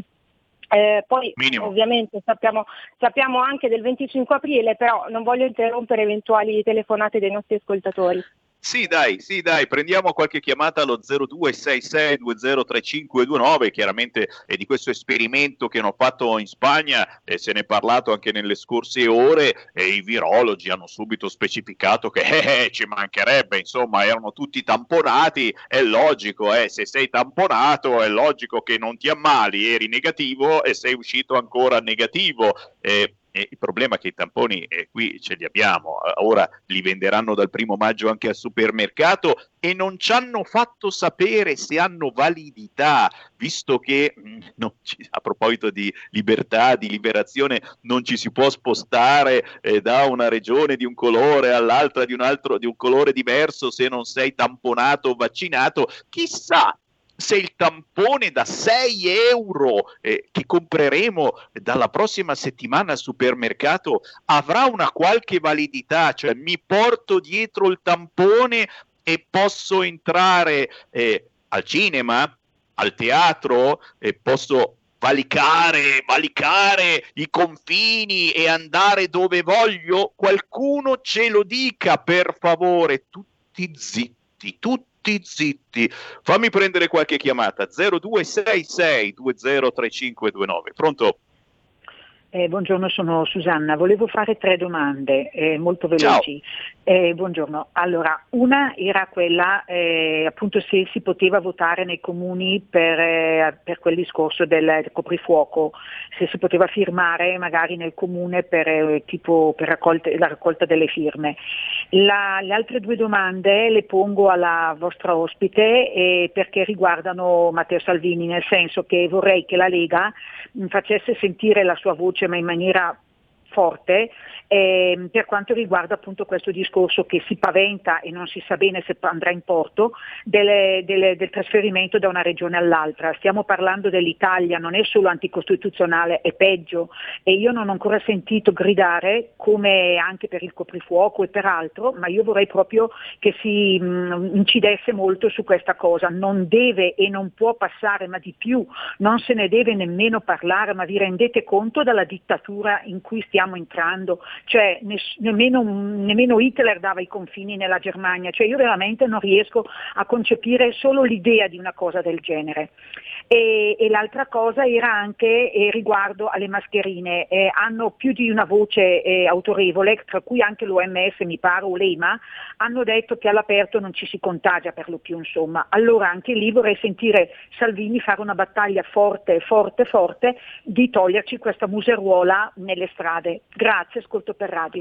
Poi ovviamente sappiamo anche del 25 aprile, però non voglio interrompere eventuali telefonate dei nostri ascoltatori. Sì, dai, prendiamo qualche chiamata allo 0266203529, chiaramente di questo esperimento che hanno fatto in Spagna, se ne è parlato anche nelle scorse ore, e i virologi hanno subito specificato che ci mancherebbe, insomma, erano tutti tamponati, è logico, se sei tamponato è logico che non ti ammali, eri negativo e sei uscito ancora negativo. Il problema è che i tamponi qui ce li abbiamo, ora li venderanno dal 1° maggio anche al supermercato e non ci hanno fatto sapere se hanno validità, visto che a proposito di libertà, di liberazione, non ci si può spostare da una regione di un colore all'altra di un colore diverso se non sei tamponato o vaccinato. Chissà se il tampone da 6 euro che compreremo dalla prossima settimana al supermercato avrà una qualche validità, cioè mi porto dietro il tampone e posso entrare al cinema, al teatro, posso valicare i confini e andare dove voglio. Qualcuno ce lo dica, per favore. Tutti zitti. Fammi prendere qualche chiamata. 0266203529. Pronto? Buongiorno, sono Susanna. Volevo fare 3 domande molto veloci. Buongiorno. Allora, una era quella appunto se si poteva votare nei comuni per quel discorso del coprifuoco, se si poteva firmare magari nel comune per la raccolta delle firme. Le altre 2 domande le pongo alla vostra ospite perché riguardano Matteo Salvini, nel senso che vorrei che la Lega facesse sentire la sua voce, ma in maniera forte per quanto riguarda appunto questo discorso che si paventa e non si sa bene se andrà in porto del trasferimento da una regione all'altra. Stiamo parlando dell'Italia, non è solo anticostituzionale, è peggio, e io non ho ancora sentito gridare, come anche per il coprifuoco e per altro, ma io vorrei proprio che si incidesse molto su questa cosa. Non deve e non può passare, ma di più, non se ne deve nemmeno parlare, ma vi rendete conto della dittatura in cui stiamo entrando? Cioè nemmeno Hitler dava i confini nella Germania, cioè io veramente non riesco a concepire solo l'idea di una cosa del genere. E l'altra cosa era anche riguardo alle mascherine, hanno più di una voce autorevole, tra cui anche l'OMS mi pare, o l'EMA, hanno detto che all'aperto non ci si contagia per lo più, insomma. Allora anche lì vorrei sentire Salvini fare una battaglia forte di toglierci questa museruola nelle strade. Grazie, ascolto per radio.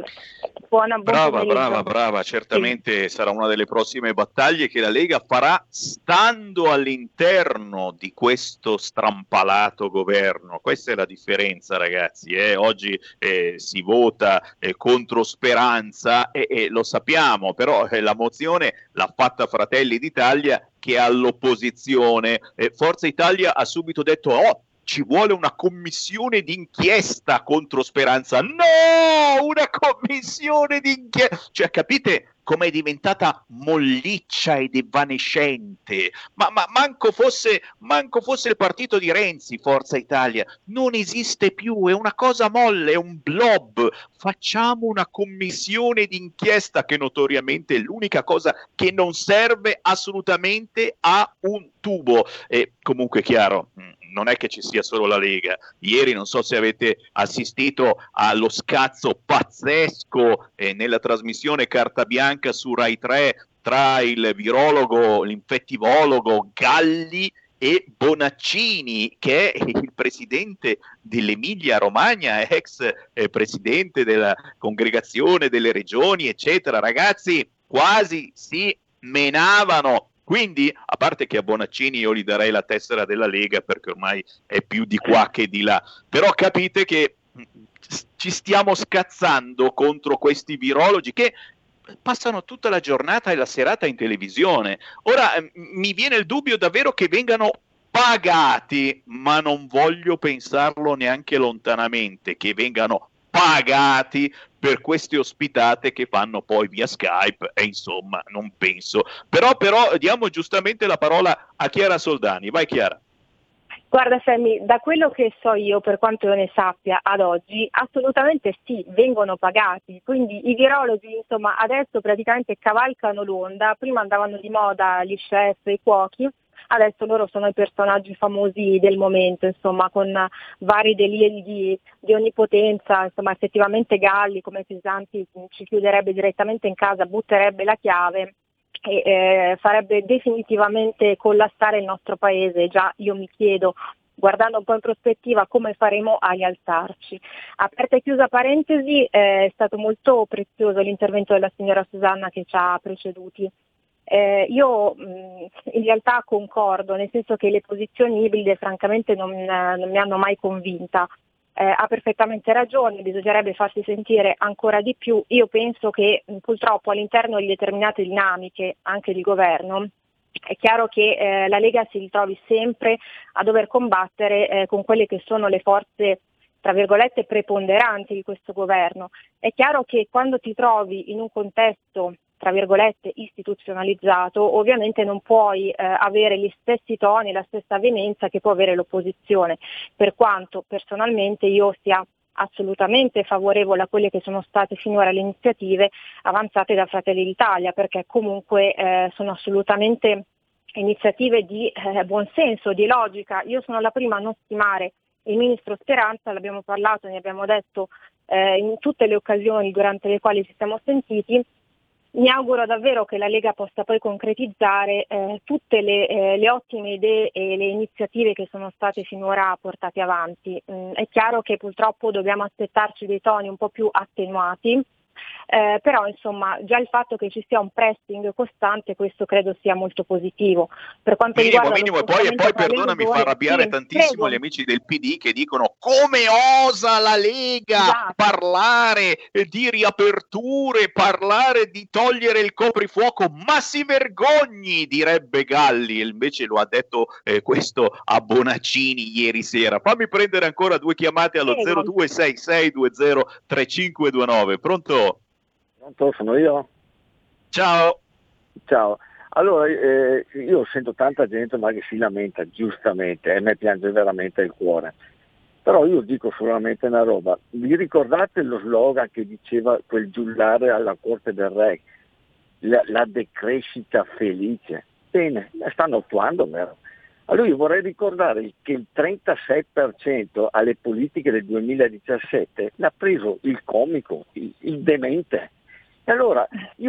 Brava, certamente sarà una delle prossime battaglie che la Lega farà stando all'interno di questo strampalato governo. Questa è la differenza, ragazzi. Oggi si vota contro Speranza e lo sappiamo, però la mozione l'ha fatta Fratelli d'Italia, che è all'opposizione. Forza Italia ha subito detto ci vuole una commissione d'inchiesta contro Speranza. No, una commissione d'inchiesta. Cioè, capite com'è diventata molliccia ed evanescente? Ma manco fosse il partito di Renzi, Forza Italia. Non esiste più, è una cosa molle, è un blob. Facciamo una commissione d'inchiesta, che notoriamente è l'unica cosa che non serve assolutamente a un tubo. E comunque, chiaro, non è che ci sia solo la Lega. Ieri non so se avete assistito allo scazzo pazzesco nella trasmissione Carta Bianca su Rai 3 tra il virologo, l'infettivologo Galli e Bonaccini, che è il presidente dell'Emilia Romagna, ex presidente della congregazione delle regioni, eccetera. Ragazzi, quasi si menavano. Quindi, a parte che a Bonaccini io gli darei la tessera della Lega, perché ormai è più di qua che di là, però capite che ci stiamo scazzando contro questi virologi che passano tutta la giornata e la serata in televisione. Ora mi viene il dubbio davvero che vengano pagati, ma non voglio pensarlo neanche lontanamente, che vengano pagati per queste ospitate che fanno poi via Skype, e insomma non penso. Però diamo giustamente la parola a Chiara Soldani. Vai Chiara. Guarda Sammy, da quello che so io, per quanto io ne sappia ad oggi, assolutamente sì, vengono pagati, quindi i virologi insomma adesso praticamente cavalcano l'onda. Prima andavano di moda gli chef, i cuochi, adesso loro sono i personaggi famosi del momento, insomma, con vari deliri di onnipotenza. Insomma, effettivamente Galli come Pisanti ci chiuderebbe direttamente in casa, butterebbe la chiave e farebbe definitivamente collassare il nostro paese. Già io mi chiedo, guardando un po' in prospettiva, come faremo a rialzarci. Aperta e chiusa parentesi, è stato molto prezioso l'intervento della signora Susanna che ci ha preceduti. Io in realtà concordo, nel senso che le posizioni ibride francamente non mi hanno mai convinta. Ha perfettamente ragione, bisognerebbe farsi sentire ancora di più. Io penso che purtroppo all'interno di determinate dinamiche anche di governo è chiaro che la Lega si ritrovi sempre a dover combattere con quelle che sono le forze tra virgolette preponderanti di questo governo. È chiaro che quando ti trovi in un contesto tra virgolette istituzionalizzato, ovviamente non puoi avere gli stessi toni, la stessa veemenza che può avere l'opposizione, per quanto personalmente io sia assolutamente favorevole a quelle che sono state finora le iniziative avanzate da Fratelli d'Italia, perché comunque sono assolutamente iniziative di buonsenso, di logica. Io sono la prima a non stimare il ministro Speranza, l'abbiamo parlato, ne abbiamo detto in tutte le occasioni durante le quali ci siamo sentiti. Mi auguro davvero che la Lega possa poi concretizzare tutte le ottime idee e le iniziative che sono state finora portate avanti. È chiaro che purtroppo dobbiamo aspettarci dei toni un po' più attenuati, però insomma già il fatto che ci sia un pressing costante, questo credo sia molto positivo. Per quanto riguarda minimo, e poi perdonami, fa arrabbiare tantissimo gli amici del PD che dicono: come osa la Lega parlare di riaperture, parlare di togliere il coprifuoco, ma si vergogni, direbbe Galli. E invece lo ha detto questo a Bonaccini ieri sera. Fammi prendere ancora 2 chiamate allo 0266203529. Pronto? Pronto, sono io? Ciao. Ciao. Allora, io sento tanta gente ma che si lamenta, giustamente, e a me piange veramente il cuore. Però io dico solamente una roba. Vi ricordate lo slogan che diceva quel giullare alla Corte del Re? La decrescita felice. Bene, la stanno attuando, vero? Allora io vorrei ricordare che il 36% alle politiche del 2017 l'ha preso il comico, il demente. E allora io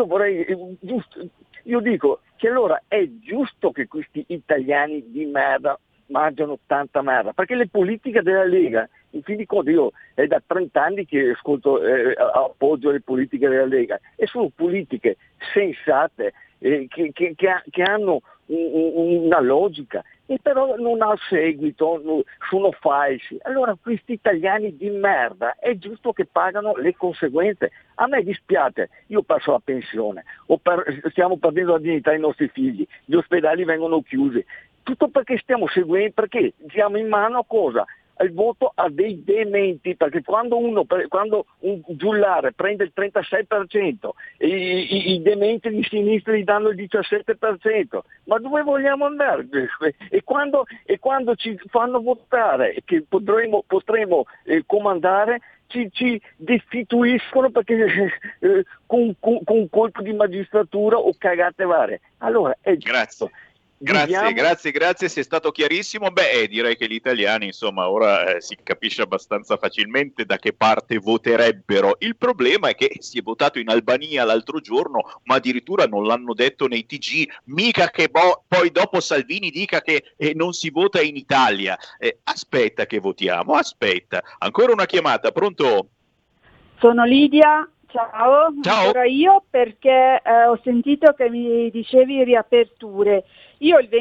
dico che allora è giusto che questi italiani di merda mangiano tanta merda, perché le politiche della Lega, in fin di conto io è da 30 anni che ascolto, appoggio le politiche della Lega, e sono politiche sensate, che hanno una logica, e però non ha seguito, sono falsi. Allora questi italiani di merda è giusto che pagano le conseguenze. A me dispiace, io perso la pensione, stiamo perdendo la dignità ai nostri figli, gli ospedali vengono chiusi, tutto perché stiamo seguendo, perché diamo in mano a cosa? Il voto a dei dementi, perché quando un giullare prende il 36%, i dementi di sinistra gli danno il 17%, ma dove vogliamo andare? E quando ci fanno votare, che potremo comandare, ci destituiscono perché con un colpo di magistratura o cagate varie. Allora Grazie. Grazie, sei stato chiarissimo. Direi che gli italiani, insomma, ora si capisce abbastanza facilmente da che parte voterebbero. Il problema è che si è votato in Albania l'altro giorno, ma addirittura non l'hanno detto nei TG, mica che poi dopo Salvini dica che non si vota in Italia. Aspetta che votiamo, aspetta. Ancora una chiamata, pronto? Sono Lidia. Ciao, ancora io, perché ho sentito che mi dicevi riaperture. Io il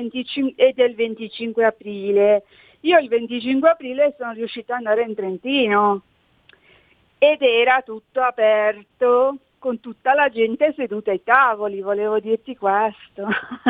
25 aprile. Io il 25 aprile sono riuscita ad andare in Trentino ed era tutto aperto, con tutta la gente seduta ai tavoli, volevo dirti questo.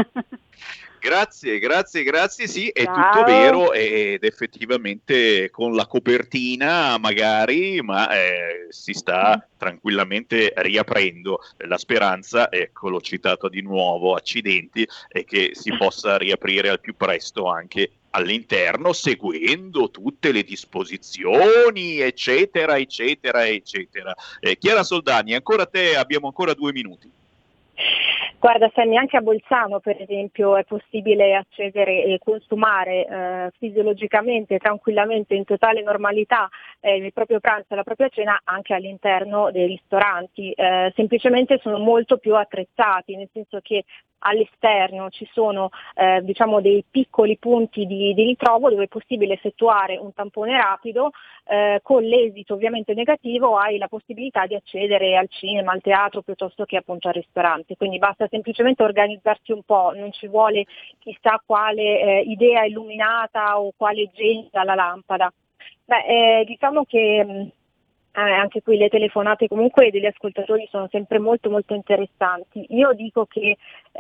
Grazie, sì, è Ciao. tutto vero, ed effettivamente con la copertina magari, ma si sta tranquillamente riaprendo. La speranza, ecco, l'ho citato di nuovo, accidenti, è che si possa riaprire al più presto anche all'interno, seguendo tutte le disposizioni, eccetera. Chiara Soldani, ancora a te, abbiamo ancora 2 minuti. Guarda Sammy, anche a Bolzano per esempio è possibile accedere e consumare fisiologicamente, tranquillamente, in totale normalità il proprio pranzo e la propria cena anche all'interno dei ristoranti, semplicemente sono molto più attrezzati, nel senso che all'esterno ci sono dei piccoli punti di ritrovo dove è possibile effettuare un tampone rapido, con l'esito ovviamente negativo hai la possibilità di accedere al cinema, al teatro piuttosto che appunto al ristorante, quindi basta semplicemente organizzarsi un po', non ci vuole chissà quale idea illuminata o quale genio alla lampada. Diciamo che anche qui le telefonate comunque degli ascoltatori sono sempre molto molto interessanti. Io dico che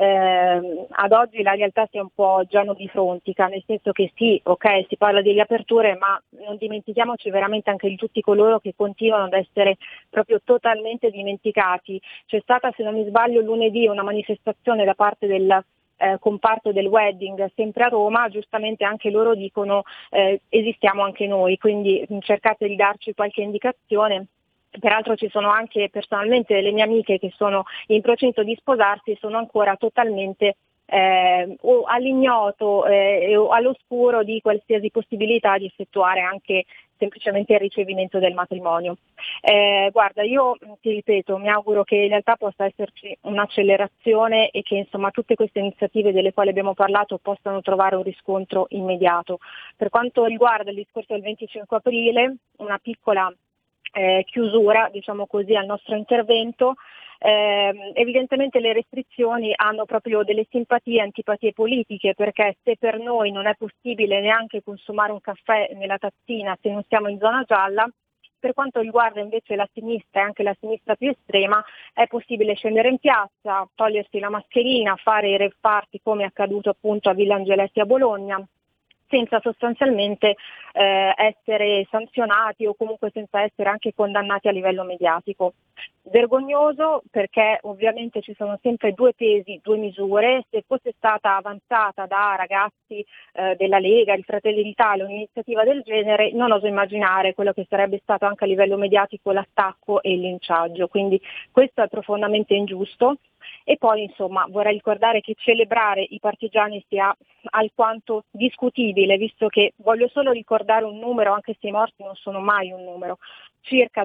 ad oggi la realtà sia un po' già nudifrontica, nel senso che sì, ok, si parla di riaperture, ma non dimentichiamoci veramente anche di tutti coloro che continuano ad essere proprio totalmente dimenticati. C'è stata, se non mi sbaglio, lunedì una manifestazione da parte del comparto del wedding sempre a Roma, giustamente anche loro dicono esistiamo anche noi, quindi cercate di darci qualche indicazione. Peraltro ci sono anche personalmente le mie amiche che sono in procinto di sposarsi e sono ancora totalmente o all'ignoto o all'oscuro di qualsiasi possibilità di effettuare anche semplicemente il ricevimento del matrimonio. Guarda, io ti ripeto, mi auguro che in realtà possa esserci un'accelerazione e che insomma tutte queste iniziative delle quali abbiamo parlato possano trovare un riscontro immediato. Per quanto riguarda il discorso del 25 aprile, una piccola chiusura, diciamo così, al nostro intervento. Evidentemente le restrizioni hanno proprio delle simpatie e antipatie politiche, perché se per noi non è possibile neanche consumare un caffè nella tazzina se non siamo in zona gialla, per quanto riguarda invece la sinistra e anche la sinistra più estrema è possibile scendere in piazza, togliersi la mascherina, fare i rave party come è accaduto appunto a Villa Angeletti a Bologna, senza sostanzialmente essere sanzionati o comunque senza essere anche condannati a livello mediatico. Vergognoso perché ovviamente ci sono sempre due pesi, due misure. Se fosse stata avanzata da ragazzi della Lega, di Fratelli d'Italia, un'iniziativa del genere, non oso immaginare quello che sarebbe stato anche a livello mediatico l'attacco e il linciaggio. Quindi questo è profondamente ingiusto. E poi insomma vorrei ricordare che celebrare i partigiani sia alquanto discutibile, visto che voglio solo ricordare un numero, anche se i morti non sono mai un numero, circa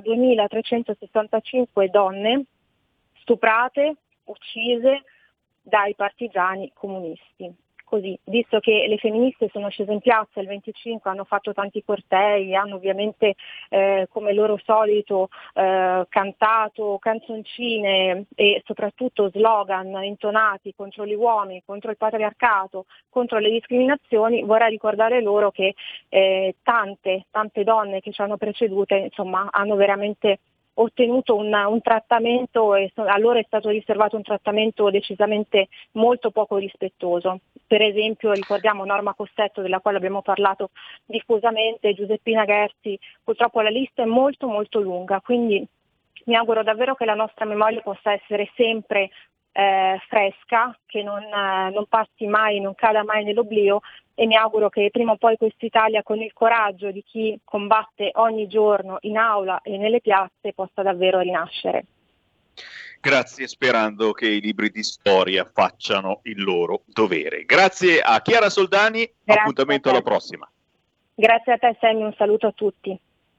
2365 donne stuprate, uccise dai partigiani comunisti. Così, visto che le femministe sono scese in piazza il 25, hanno fatto tanti cortei, hanno ovviamente come loro solito cantato canzoncine e soprattutto slogan intonati contro gli uomini, contro il patriarcato, contro le discriminazioni, vorrei ricordare loro che tante donne che ci hanno precedute insomma hanno veramente ottenuto un trattamento e a loro è stato riservato un trattamento decisamente molto poco rispettoso. Per esempio ricordiamo Norma Cossetto, della quale abbiamo parlato diffusamente, Giuseppina Gherzi, purtroppo la lista è molto molto lunga, quindi mi auguro davvero che la nostra memoria possa essere sempre fresca, che non passi mai, non cada mai nell'oblio, e mi auguro che prima o poi quest'Italia, con il coraggio di chi combatte ogni giorno in aula e nelle piazze, possa davvero rinascere. Grazie, sperando che i libri di storia facciano il loro dovere. Grazie a Chiara Soldani, Grazie, appuntamento alla prossima. Grazie a te Sammy, un saluto a tutti.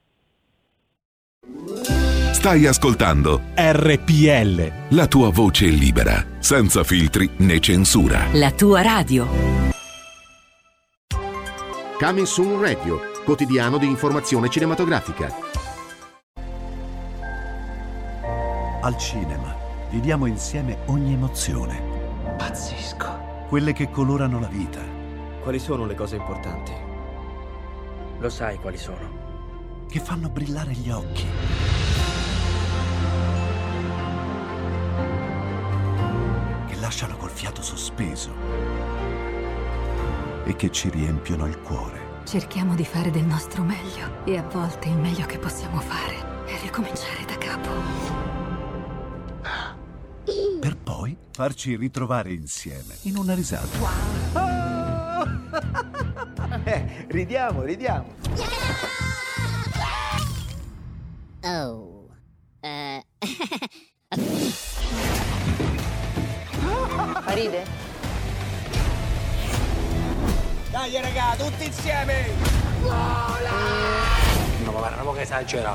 Stai ascoltando RPL, la tua voce libera, senza filtri né censura. La tua radio. Coming Soon Radio, quotidiano di informazione cinematografica. Al cinema viviamo insieme ogni emozione. Pazzesco. Quelle che colorano la vita. Quali sono le cose importanti? Lo sai quali sono? Che fanno brillare gli occhi. Che lasciano col fiato sospeso. E che ci riempiono il cuore. Cerchiamo di fare del nostro meglio e a volte il meglio che possiamo fare è ricominciare da capo. Per poi farci ritrovare insieme in una risata. Ridiamo. Oh. Ride? Dai raga, tutti insieme! Vola! No, ma guarda, che esagerato.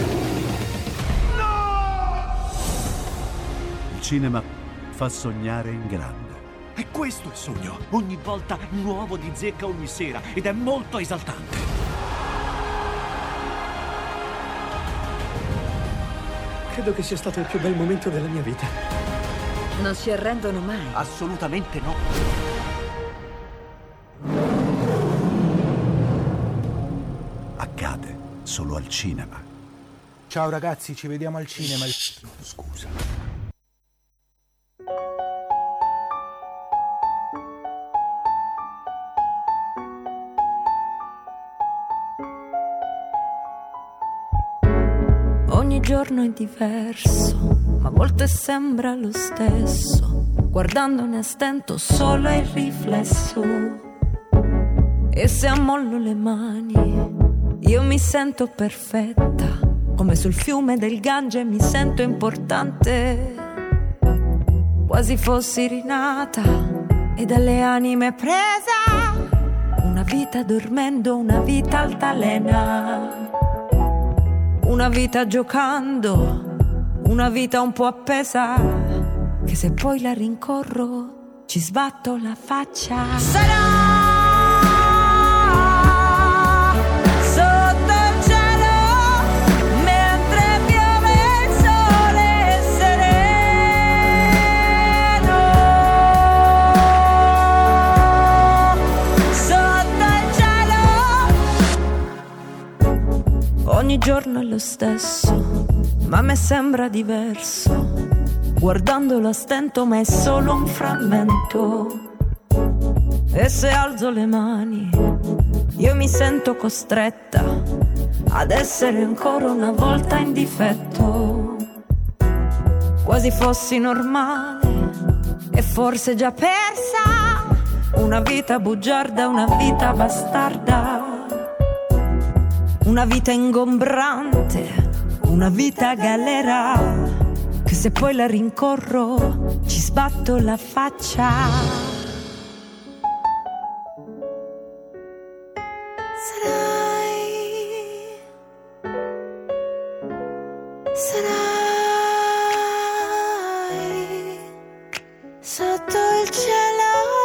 Il cinema fa sognare in grande. E questo è il sogno. Ogni volta nuovo di zecca ogni sera ed è molto esaltante. Credo che sia stato il più bel momento della mia vita. Non si arrendono mai. Assolutamente no. Accade solo al cinema. Ciao ragazzi, ci vediamo al cinema. Scusa. Ogni giorno è diverso, ma a volte sembra lo stesso. Guardandone a stento solo il riflesso. E se ammollo le mani, io mi sento perfetta. Come sul fiume del Gange mi sento importante. Quasi fossi rinata e dalle anime presa. Una vita dormendo, una vita altalena. Una vita giocando, una vita un po' appesa, che se poi la rincorro ci sbatto la faccia. Sarà sotto il cielo mentre Ogni giorno è lo stesso, ma a me sembra diverso. Guardandolo a stento, ma è solo un frammento. E se alzo le mani, io mi sento costretta ad essere ancora una volta in difetto. Quasi fossi normale e forse già persa. Una vita bugiarda, una vita bastarda, una vita ingombrante, una vita galera, che se poi la rincorro ci sbatto la faccia. Sarai sotto il cielo.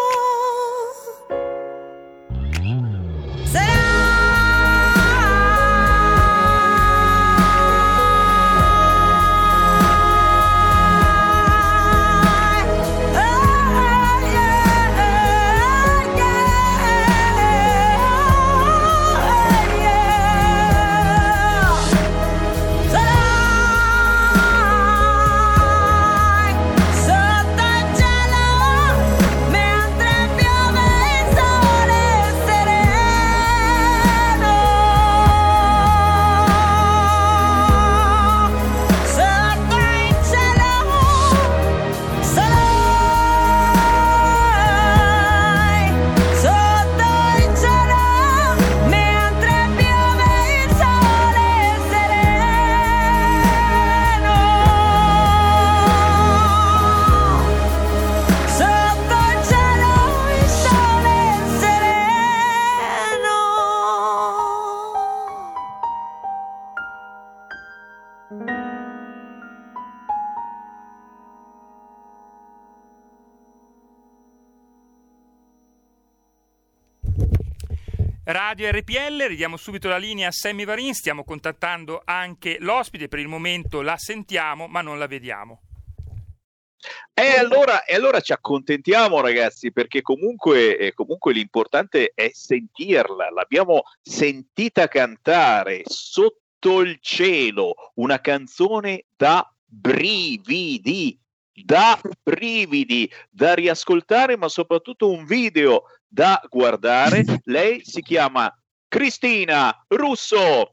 Radio RPL, ridiamo subito la linea a Sammy Varin, stiamo contattando anche l'ospite, per il momento la sentiamo ma non la vediamo. E allora ci accontentiamo, ragazzi, perché comunque l'importante è sentirla. L'abbiamo sentita cantare Sotto il cielo, una canzone da brividi, da riascoltare, ma soprattutto un video da guardare. Lei si chiama Cristina Russo.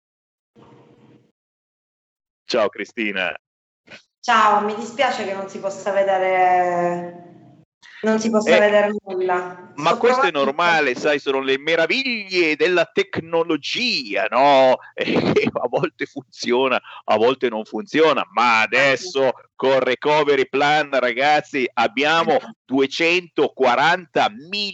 Ciao Cristina. Ciao, mi dispiace che non si possa vedere vedere nulla. Ma questo è normale, sai, sono le meraviglie della tecnologia, no? A volte funziona, a volte non funziona, ma adesso con Recovery Plan, ragazzi, abbiamo 240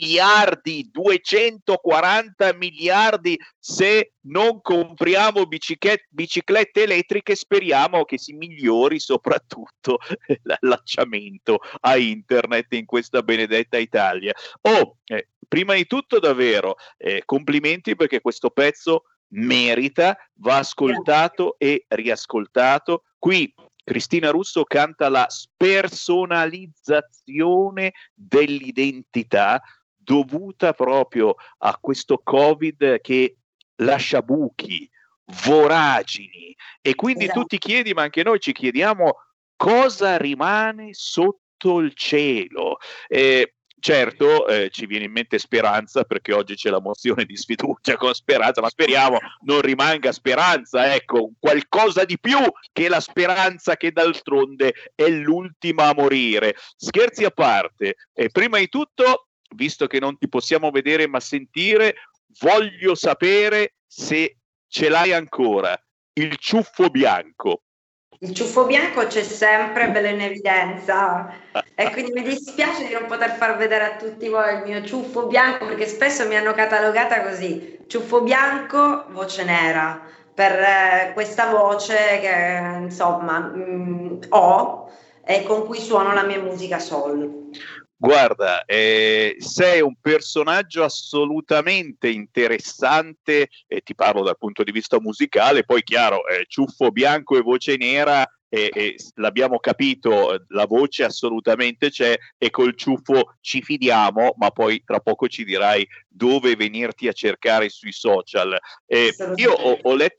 miliardi se non compriamo biciclette elettriche. Speriamo che si migliori soprattutto l'allacciamento a internet in questa benedetta Italia. Prima di tutto davvero complimenti, perché questo pezzo merita, va ascoltato e riascoltato. Qui Cristina Russo canta la spersonalizzazione dell'identità dovuta proprio a questo Covid che lascia buchi, voragini, e quindi tu ti chiedi, ma anche noi ci chiediamo, cosa rimane sotto il cielo? Certo, ci viene in mente Speranza, perché oggi c'è la mozione di sfiducia con Speranza, ma speriamo non rimanga Speranza, ecco, qualcosa di più che la speranza, che d'altronde è l'ultima a morire. Scherzi a parte, prima di tutto, visto che non ti possiamo vedere ma sentire, voglio sapere se ce l'hai ancora, il ciuffo bianco. Il ciuffo bianco c'è sempre, bello in evidenza, e quindi mi dispiace di non poter far vedere a tutti voi il mio ciuffo bianco, perché spesso mi hanno catalogata così: ciuffo bianco, voce nera, per questa voce che insomma ho e con cui suono la mia musica soul. Guarda, sei un personaggio assolutamente interessante, ti parlo dal punto di vista musicale, poi chiaro, ciuffo bianco e voce nera, l'abbiamo capito, la voce assolutamente c'è e col ciuffo ci fidiamo, ma poi tra poco ci dirai dove venirti a cercare sui social. Io ho letto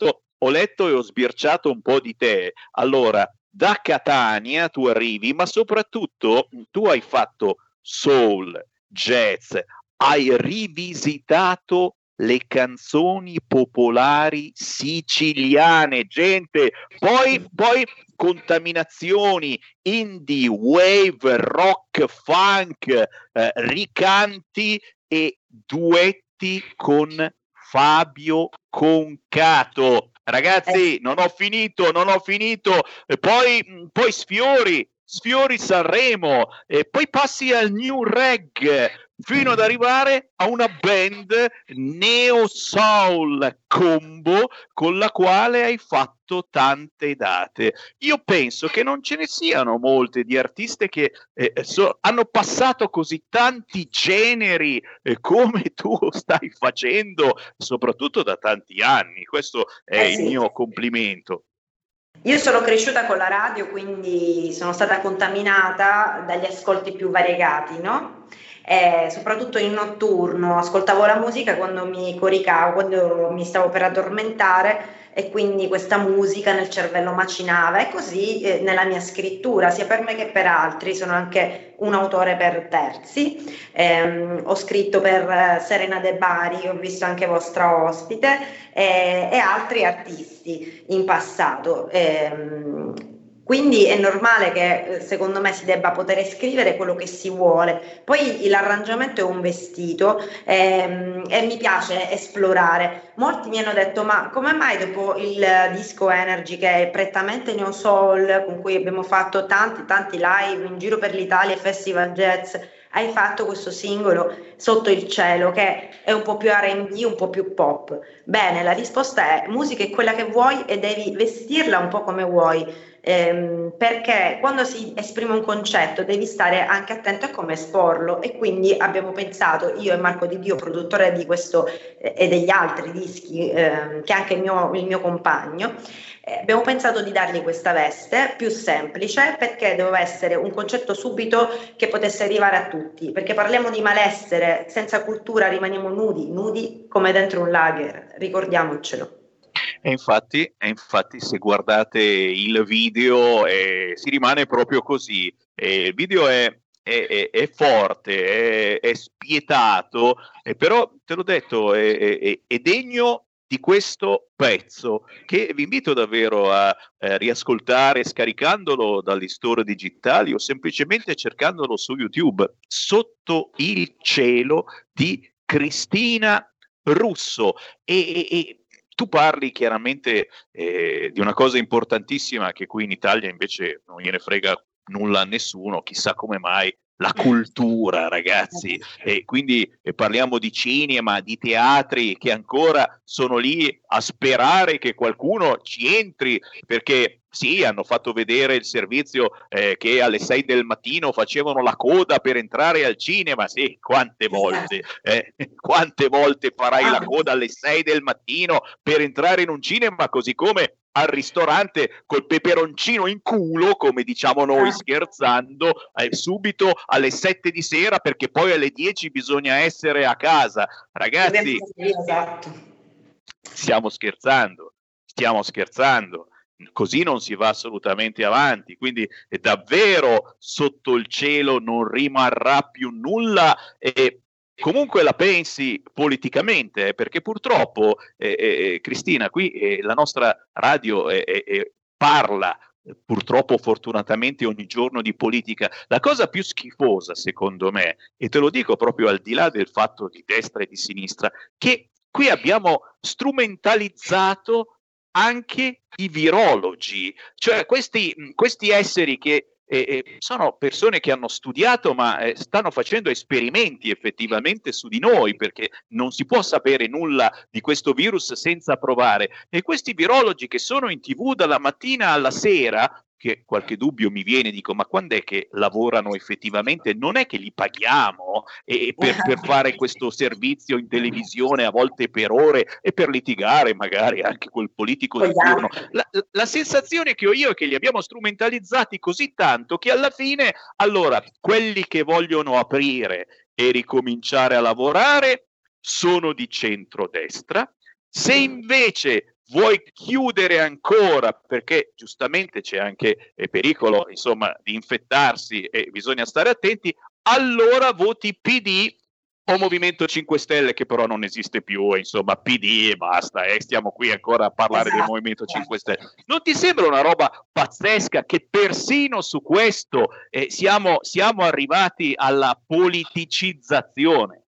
ho letto e ho sbirciato un po' di te. Allora, da Catania tu arrivi, ma soprattutto tu hai fatto soul, jazz, hai rivisitato le canzoni popolari siciliane, gente, poi contaminazioni, indie, wave, rock, funk, ricanti e duetti con Fabio Concato. Ragazzi, non ho finito, e poi sfiori Sanremo, e poi passi al new reggae, fino ad arrivare a una band neo soul combo con la quale hai fatto tante date. Io penso che non ce ne siano molte di artiste che hanno passato così tanti generi come tu stai facendo, soprattutto da tanti anni. Questo è il mio complimento. Io sono cresciuta con la radio, quindi sono stata contaminata dagli ascolti più variegati, no? Soprattutto in notturno ascoltavo la musica quando mi coricavo, quando mi stavo per addormentare, e quindi questa musica nel cervello macinava, e così nella mia scrittura, sia per me che per altri. Sono anche un autore per terzi, ho scritto per Serena De Bari, ho visto anche vostra ospite, e altri artisti in passato. Quindi è normale che secondo me si debba poter scrivere quello che si vuole. Poi l'arrangiamento è un vestito, e mi piace esplorare. Molti mi hanno detto: ma come mai dopo il disco Energy, che è prettamente neo soul, con cui abbiamo fatto tanti live in giro per l'Italia, festival jazz, hai fatto questo singolo Sotto il cielo, che è un po' più R&B, un po' più pop? Bene, la risposta è: musica è quella che vuoi e devi vestirla un po' come vuoi. Perché quando si esprime un concetto devi stare anche attento a come esporlo, e quindi abbiamo pensato, io e Marco Di Dio, produttore di questo e degli altri dischi, che è anche il mio compagno, abbiamo pensato di dargli questa veste più semplice, perché doveva essere un concetto subito che potesse arrivare a tutti, perché parliamo di malessere, senza cultura rimaniamo nudi come dentro un lager, ricordiamocelo. E infatti se guardate il video si rimane proprio così. Il video è forte, è spietato, però te l'ho detto, è degno di questo pezzo, che vi invito davvero a riascoltare scaricandolo dagli store digitali o semplicemente cercandolo su YouTube. Sotto il cielo di Cristina Russo. E tu parli chiaramente di una cosa importantissima che qui in Italia invece non gliene frega nulla a nessuno, chissà come mai, la cultura, ragazzi. E quindi parliamo di cinema, di teatri che ancora sono lì a sperare che qualcuno ci entri, perché sì, hanno fatto vedere il servizio che alle 6 del mattino facevano la coda per entrare al cinema. Sì, quante volte farai la coda alle 6 del mattino per entrare in un cinema, così come al ristorante col peperoncino in culo, come diciamo noi scherzando, subito alle 7 di sera, perché poi alle 10 bisogna essere a casa. Ragazzi, stiamo scherzando. Così non si va assolutamente avanti, quindi davvero sotto il cielo non rimarrà più nulla. E comunque la pensi politicamente, perché purtroppo Cristina, qui la nostra radio parla purtroppo, fortunatamente, ogni giorno di politica. La cosa più schifosa secondo me, e te lo dico proprio al di là del fatto di destra e di sinistra, che qui abbiamo strumentalizzato anche i virologi, cioè questi esseri che sono persone che hanno studiato, ma stanno facendo esperimenti effettivamente su di noi, perché non si può sapere nulla di questo virus senza provare. E questi virologi che sono in TV dalla mattina alla sera, che qualche dubbio mi viene, dico: ma quando è che lavorano effettivamente? Non è che li paghiamo per fare questo servizio in televisione, a volte per ore, e per litigare magari anche col politico di turno. La sensazione che ho io è che li abbiamo strumentalizzati così tanto che alla fine, allora, quelli che vogliono aprire e ricominciare a lavorare sono di centrodestra. Se invece vuoi chiudere ancora perché giustamente c'è anche pericolo, insomma, di infettarsi e bisogna stare attenti, allora voti PD o Movimento 5 Stelle, che però non esiste più, insomma, PD e basta, stiamo qui ancora a parlare del Movimento 5 Stelle. Non ti sembra una roba pazzesca che persino su questo siamo arrivati alla politicizzazione?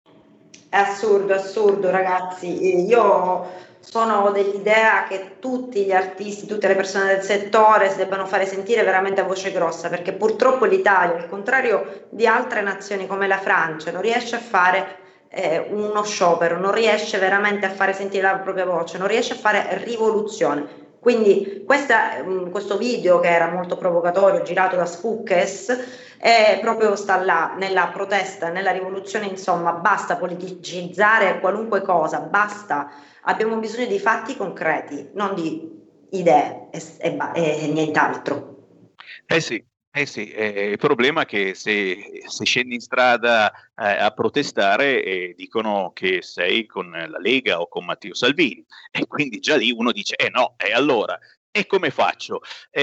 È assurdo, ragazzi. Io sono dell'idea che tutti gli artisti, tutte le persone del settore si debbano fare sentire veramente a voce grossa, perché purtroppo l'Italia, al contrario di altre nazioni come la Francia, non riesce a fare uno sciopero, non riesce veramente a fare sentire la propria voce, non riesce a fare rivoluzione. Quindi questo video, che era molto provocatorio, girato da Spookkes, proprio sta là, nella protesta, nella rivoluzione. Insomma, basta politicizzare qualunque cosa, basta. Abbiamo bisogno di fatti concreti, non di idee e nient'altro. Sì. Il problema è che se scendi in strada a protestare dicono che sei con la Lega o con Matteo Salvini, e quindi già lì uno dice no, e allora, e come faccio?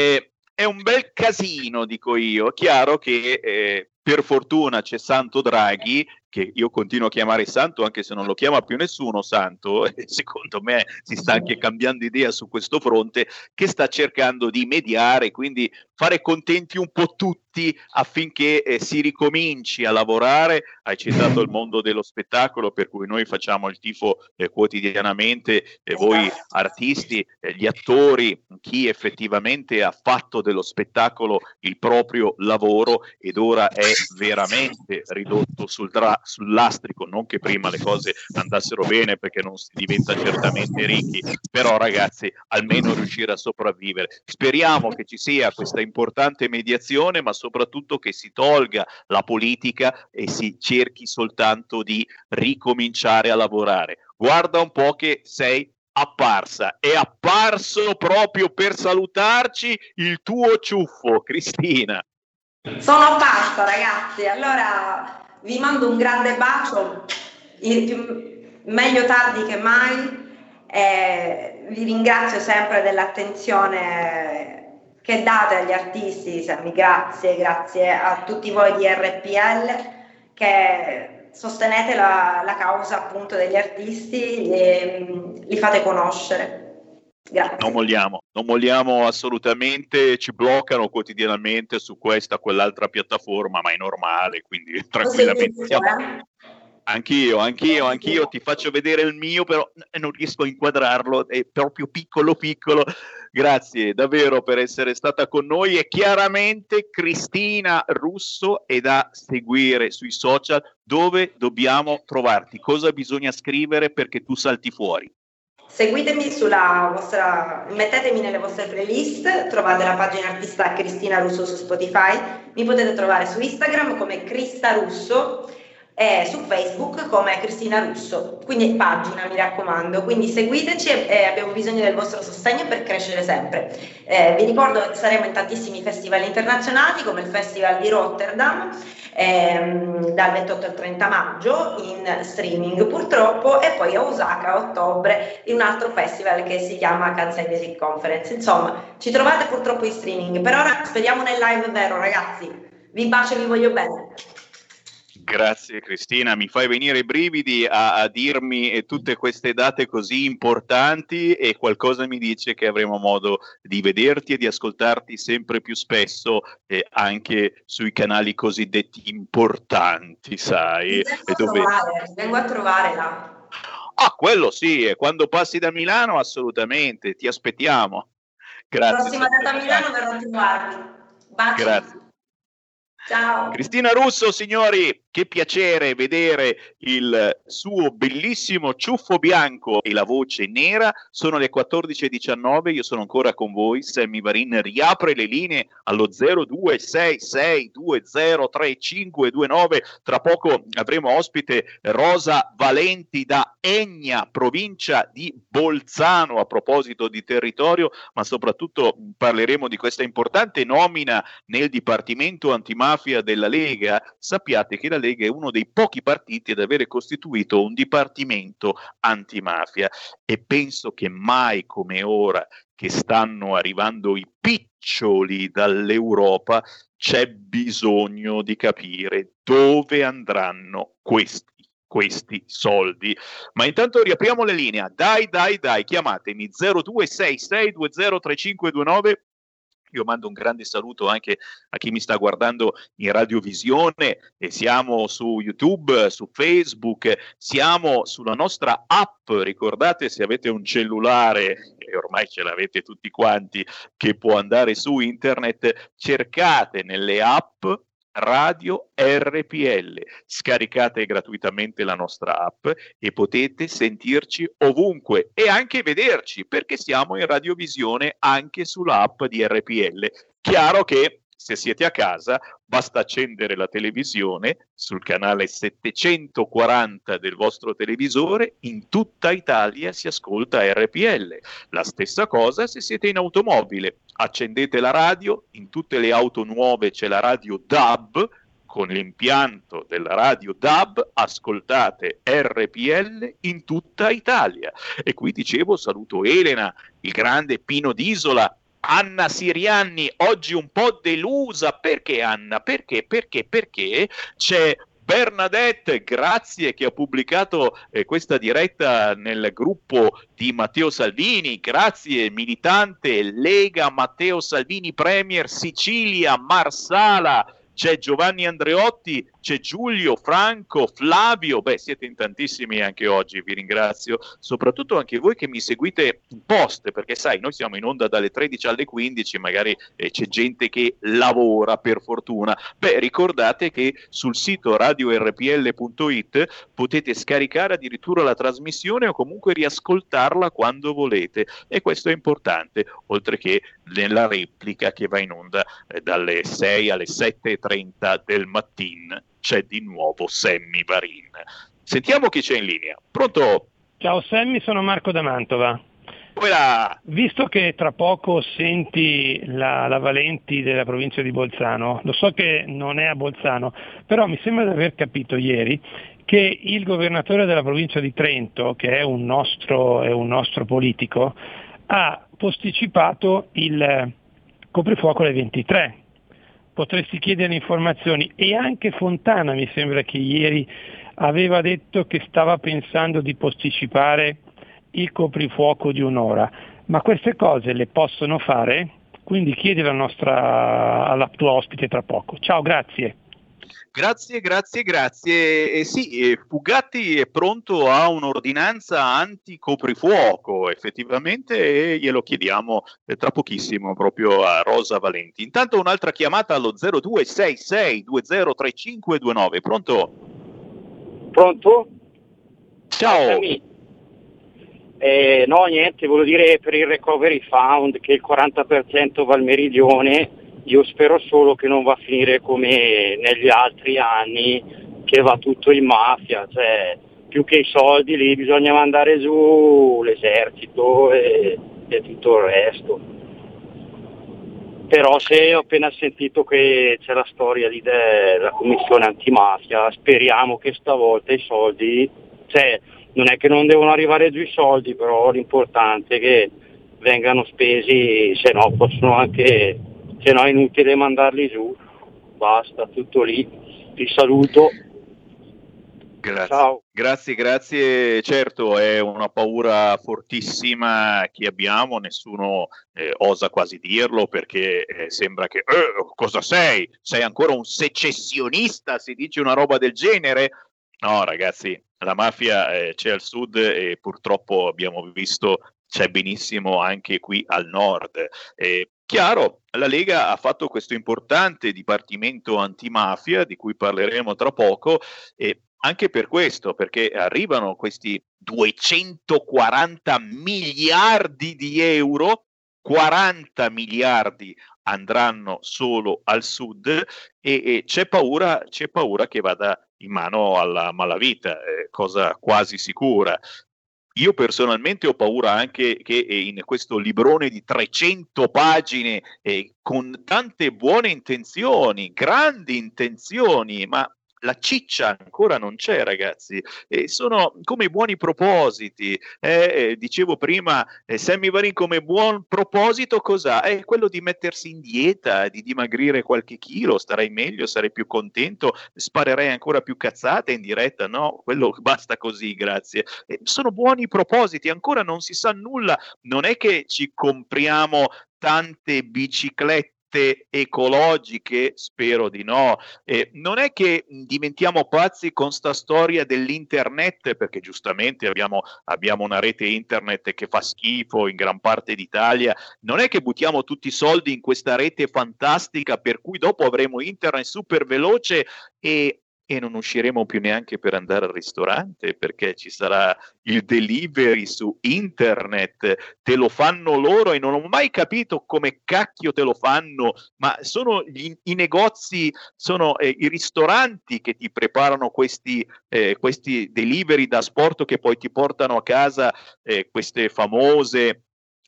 È un bel casino, dico io. Chiaro che per fortuna c'è Santo Draghi, che io continuo a chiamare Santo anche se non lo chiama più nessuno Santo, e secondo me si sta anche cambiando idea su questo fronte, che sta cercando di mediare, quindi fare contenti un po' tutti affinché si ricominci a lavorare. Hai citato il mondo dello spettacolo, per cui noi facciamo il tifo quotidianamente, voi artisti, gli attori, chi effettivamente ha fatto dello spettacolo il proprio lavoro ed ora è veramente ridotto sul lastrico. Non che prima le cose andassero bene, perché non si diventa certamente ricchi, però ragazzi, almeno riuscire a sopravvivere. Speriamo che ci sia questa importante mediazione, ma soprattutto che si tolga la politica e si cerchi soltanto di ricominciare a lavorare. Guarda un po' che sei apparsa, è apparso proprio per salutarci il tuo ciuffo, Cristina. Sono apparsa, ragazzi, allora vi mando un grande bacio, meglio tardi che mai, vi ringrazio sempre dell'attenzione che date agli artisti. Grazie a tutti voi di RPL che sostenete la causa appunto degli artisti e li fate conoscere. Grazie. Non molliamo assolutamente, ci bloccano quotidianamente su questa o quell'altra piattaforma, ma è normale, quindi tranquillamente siamo. Anch'io ti faccio vedere il mio, però non riesco a inquadrarlo, è proprio piccolo. Grazie davvero per essere stata con noi, e chiaramente Cristina Russo è da seguire sui social. Dove dobbiamo trovarti? Cosa bisogna scrivere perché tu salti fuori? Seguitemi mettetemi nelle vostre playlist, trovate la pagina artista Cristina Russo su Spotify, mi potete trovare su Instagram come Crista Russo e su Facebook come Cristina Russo, quindi pagina, mi raccomando. Quindi seguiteci e abbiamo bisogno del vostro sostegno per crescere sempre. Vi ricordo che saremo in tantissimi festival internazionali, come il Festival di Rotterdam dal 28 al 30 maggio in streaming purtroppo, e poi a Osaka a ottobre in un altro festival che si chiama Kansai Music Conference. Insomma, ci trovate purtroppo in streaming, per ora speriamo nel live vero, ragazzi. Vi bacio e vi voglio bene. Grazie Cristina, mi fai venire i brividi a dirmi tutte queste date così importanti, e qualcosa mi dice che avremo modo di vederti e di ascoltarti sempre più spesso, anche sui canali cosiddetti importanti, sai. Vengo a trovare là. Ah, quello sì, e quando passi da Milano assolutamente, ti aspettiamo. Grazie. La prossima data a Milano verrò a trovarvi. Baci. Grazie. Ciao. Cristina Russo, signori, che piacere vedere il suo bellissimo ciuffo bianco e la voce nera. Sono le 14:19, io sono ancora con voi. Sammy Varin riapre le linee allo 0266203529. Tra poco avremo ospite Rosa Valenti da Egna, provincia di Bolzano, a proposito di territorio, ma soprattutto parleremo di questa importante nomina nel Dipartimento Antimafia antimafia della Lega, sappiate che la Lega è uno dei pochi partiti ad avere costituito un dipartimento antimafia, e penso che mai come ora che stanno arrivando i piccioli dall'Europa c'è bisogno di capire dove andranno questi soldi. Ma intanto riapriamo le linee. Dai, chiamatemi 0266203529. Io mando un grande saluto anche a chi mi sta guardando in radiovisione, e siamo su YouTube, su Facebook, siamo sulla nostra app. Ricordate, se avete un cellulare, e ormai ce l'avete tutti quanti, che può andare su internet, cercate nelle app Radio RPL, scaricate gratuitamente la nostra app e potete sentirci ovunque e anche vederci, perché siamo in radiovisione anche sulla app di RPL. Chiaro che se siete a casa basta accendere la televisione sul canale 740 del vostro televisore, in tutta Italia si ascolta RPL. La stessa cosa se siete in automobile, accendete la radio, in tutte le auto nuove c'è la radio DAB, con l'impianto della radio DAB ascoltate RPL in tutta Italia. E qui dicevo, saluto Elena, il grande Pino d'Isola, Anna Sirianni, oggi un po' delusa. Perché Anna? Perché c'è Bernadette, grazie, che ha pubblicato questa diretta nel gruppo di Matteo Salvini, grazie militante Lega Matteo Salvini Premier Sicilia, Marsala, c'è Giovanni Andreotti, c'è Giulio, Franco, Flavio, siete in tantissimi anche oggi, vi ringrazio, soprattutto anche voi che mi seguite in post, perché sai, noi siamo in onda dalle 13 alle 15, magari c'è gente che lavora, per fortuna. Ricordate che sul sito radiorpl.it potete scaricare addirittura la trasmissione o comunque riascoltarla quando volete, e questo è importante, oltre che nella replica che va in onda dalle 6 alle 7:30 del mattino. C'è di nuovo Sammy Varin. Sentiamo chi c'è in linea. Pronto? Ciao Sammy, sono Marco da Mantova. Visto che tra poco senti la Valenti della provincia di Bolzano, lo so che non è a Bolzano, però mi sembra di aver capito ieri che il governatore della provincia di Trento, che è un nostro politico, ha posticipato il coprifuoco alle 23. Potresti chiedere informazioni. E anche Fontana mi sembra che ieri aveva detto che stava pensando di posticipare il coprifuoco di un'ora. Ma queste cose le possono fare? Quindi chiedi alla tua ospite tra poco. Ciao, grazie. Grazie. Sì, Fugatti è pronto a un'ordinanza anti-coprifuoco, effettivamente, e glielo chiediamo tra pochissimo proprio a Rosa Valenti. Intanto un'altra chiamata allo 0266203529. Pronto? Ciao. No, niente, volevo dire per il Recovery Fund che il 40% va al meridione. Io spero solo che non va a finire come negli altri anni, che va tutto in mafia, cioè più che i soldi lì bisogna mandare giù l'esercito e tutto il resto. Però se ho appena sentito che c'è la storia lì della commissione antimafia, speriamo che stavolta i soldi, cioè non è che non devono arrivare giù i soldi, però l'importante è che vengano spesi, se no possono anche... se no è inutile mandarli giù, basta, tutto lì, ti saluto. Grazie. Ciao. Grazie, certo è una paura fortissima che abbiamo, nessuno osa quasi dirlo perché sembra che cosa sei? Sei ancora un secessionista, si dice una roba del genere? No ragazzi, la mafia c'è al sud e purtroppo abbiamo visto c'è benissimo anche qui al nord. Chiaro, la Lega ha fatto questo importante dipartimento antimafia di cui parleremo tra poco, e anche per questo, perché arrivano questi 240 miliardi di euro, 40 miliardi andranno solo al sud e c'è paura che vada in mano alla malavita, cosa quasi sicura. io personalmente ho paura anche che in questo librone di 300 pagine con tante buone intenzioni, grandi intenzioni, ma la ciccia ancora non c'è, ragazzi. Sono come buoni propositi. Dicevo prima, Sammy Varin come buon proposito cos'ha? È quello di mettersi in dieta, di dimagrire qualche chilo, starei meglio, sarei più contento, sparerei ancora più cazzate in diretta. No, quello basta così, grazie. Sono buoni propositi, ancora non si sa nulla. Non è che ci compriamo tante biciclette ecologiche, spero di no, non è che diventiamo pazzi con sta storia dell'internet, perché giustamente abbiamo una rete internet che fa schifo in gran parte d'Italia, non è che buttiamo tutti i soldi in questa rete fantastica per cui dopo avremo internet super veloce e non usciremo più neanche per andare al ristorante, perché ci sarà il delivery su internet, te lo fanno loro e non ho mai capito come cacchio te lo fanno, ma sono i negozi, sono i ristoranti che ti preparano questi delivery da asporto che poi ti portano a casa queste famose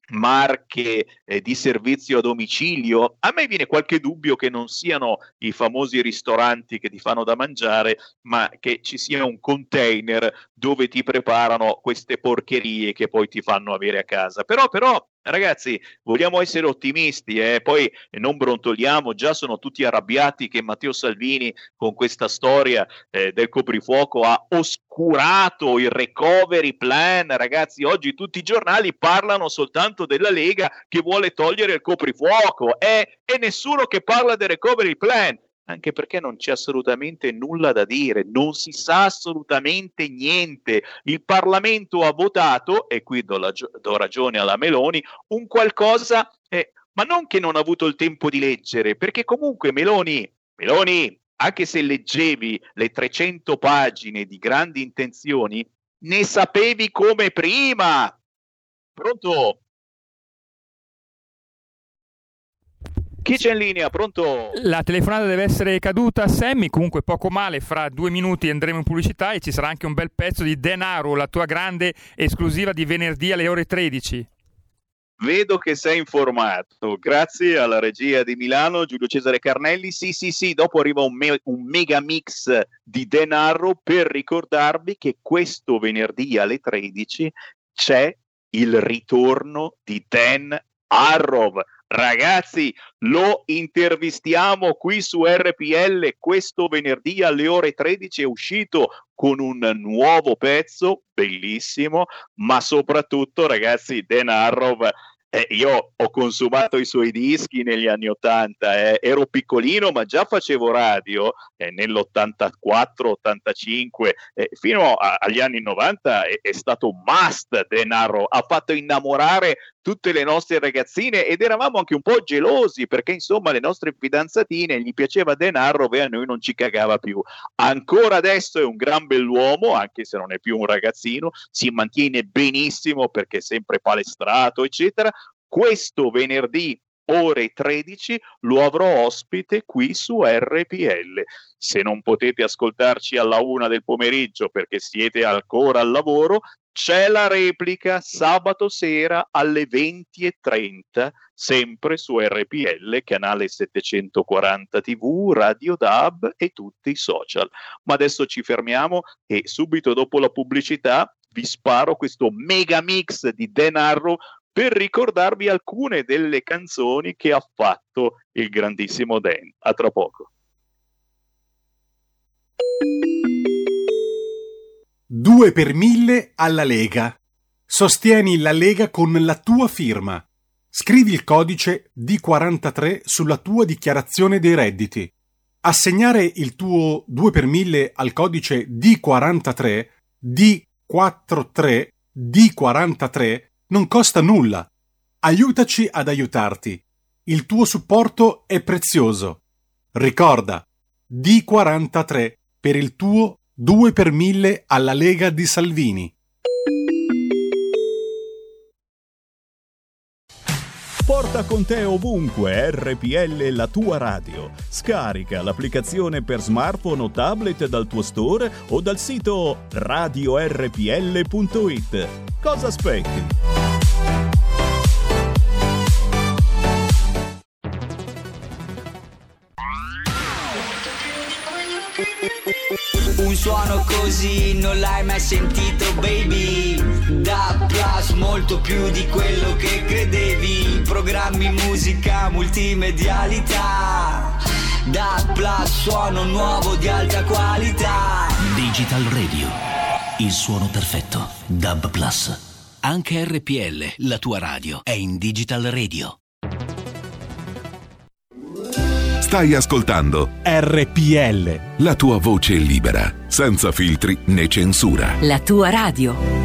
marche di servizio a domicilio. A me viene qualche dubbio che non siano i famosi ristoranti che ti fanno da mangiare, ma che ci sia un container dove ti preparano queste porcherie che poi ti fanno avere a casa. Però ragazzi, vogliamo essere ottimisti, poi non brontoliamo, già sono tutti arrabbiati che Matteo Salvini con questa storia del coprifuoco ha oscurato il recovery plan. Ragazzi, oggi tutti i giornali parlano soltanto della Lega che vuole togliere il coprifuoco e nessuno che parla del recovery plan. Anche perché non c'è assolutamente nulla da dire, non si sa assolutamente niente. Il Parlamento ha votato, e qui do ragione alla Meloni, un qualcosa, ma non che non ha avuto il tempo di leggere, perché comunque Meloni, anche se leggevi le 300 pagine di grandi intenzioni, ne sapevi come prima. Pronto? Chi c'è in linea? Pronto? La telefonata deve essere caduta, Sammy. Comunque poco male, fra 2 minuti andremo in pubblicità e ci sarà anche un bel pezzo di Denaro, la tua grande esclusiva di venerdì alle ore 13. Vedo che sei informato, grazie alla regia di Milano, Giulio Cesare Carnelli. Sì, dopo arriva un mega mix di Denaro per ricordarvi che questo venerdì alle 13 c'è il ritorno di Dan Harrow. Ragazzi, lo intervistiamo qui su RPL questo venerdì alle ore 13, è uscito con un nuovo pezzo bellissimo, ma soprattutto, ragazzi, Dan Harrow, io ho consumato i suoi dischi negli anni 80, ero piccolino ma già facevo radio nell'84-85, fino agli anni 90 è stato un must. Dan Harrow ha fatto innamorare tutte le nostre ragazzine ed eravamo anche un po' gelosi perché insomma le nostre fidanzatine gli piaceva Dan Harrow e a noi non ci cagava più. Ancora adesso è un gran bell'uomo, anche se non è più un ragazzino, si mantiene benissimo perché è sempre palestrato eccetera. Questo venerdì ore 13 lo avrò ospite qui su RPL. Se non potete ascoltarci alla 1 del pomeriggio perché siete ancora al lavoro, c'è la replica sabato sera alle 20:30 sempre su RPL, canale 740 TV, Radio DAB e tutti i social. Ma adesso ci fermiamo e subito dopo la pubblicità vi sparo questo mega mix di Dan Harrow per ricordarvi alcune delle canzoni che ha fatto il grandissimo Dan. A tra poco. 2 per 1000 alla Lega. Sostieni la Lega con la tua firma. Scrivi il codice D43 sulla tua dichiarazione dei redditi. Assegnare il tuo 2 per 1000 al codice D43, D43, D43 non costa nulla. Aiutaci ad aiutarti. Il tuo supporto è prezioso. Ricorda, D43 per il tuo 2 per 1000 alla Lega di Salvini. Porta con te ovunque RPL la tua radio. Scarica l'applicazione per smartphone o tablet dal tuo store o dal sito radiorpl.it. Cosa aspetti? Un suono così non l'hai mai sentito, baby. Da Plus, molto più di quello che credevi. Programmi, musica, multimedialità. Da Plus, suono nuovo di alta qualità. Digital Radio, il suono perfetto. DAB Plus. Anche RPL, la tua radio, è in Digital Radio. Stai ascoltando RPL, la tua voce libera, senza filtri né censura. La tua radio.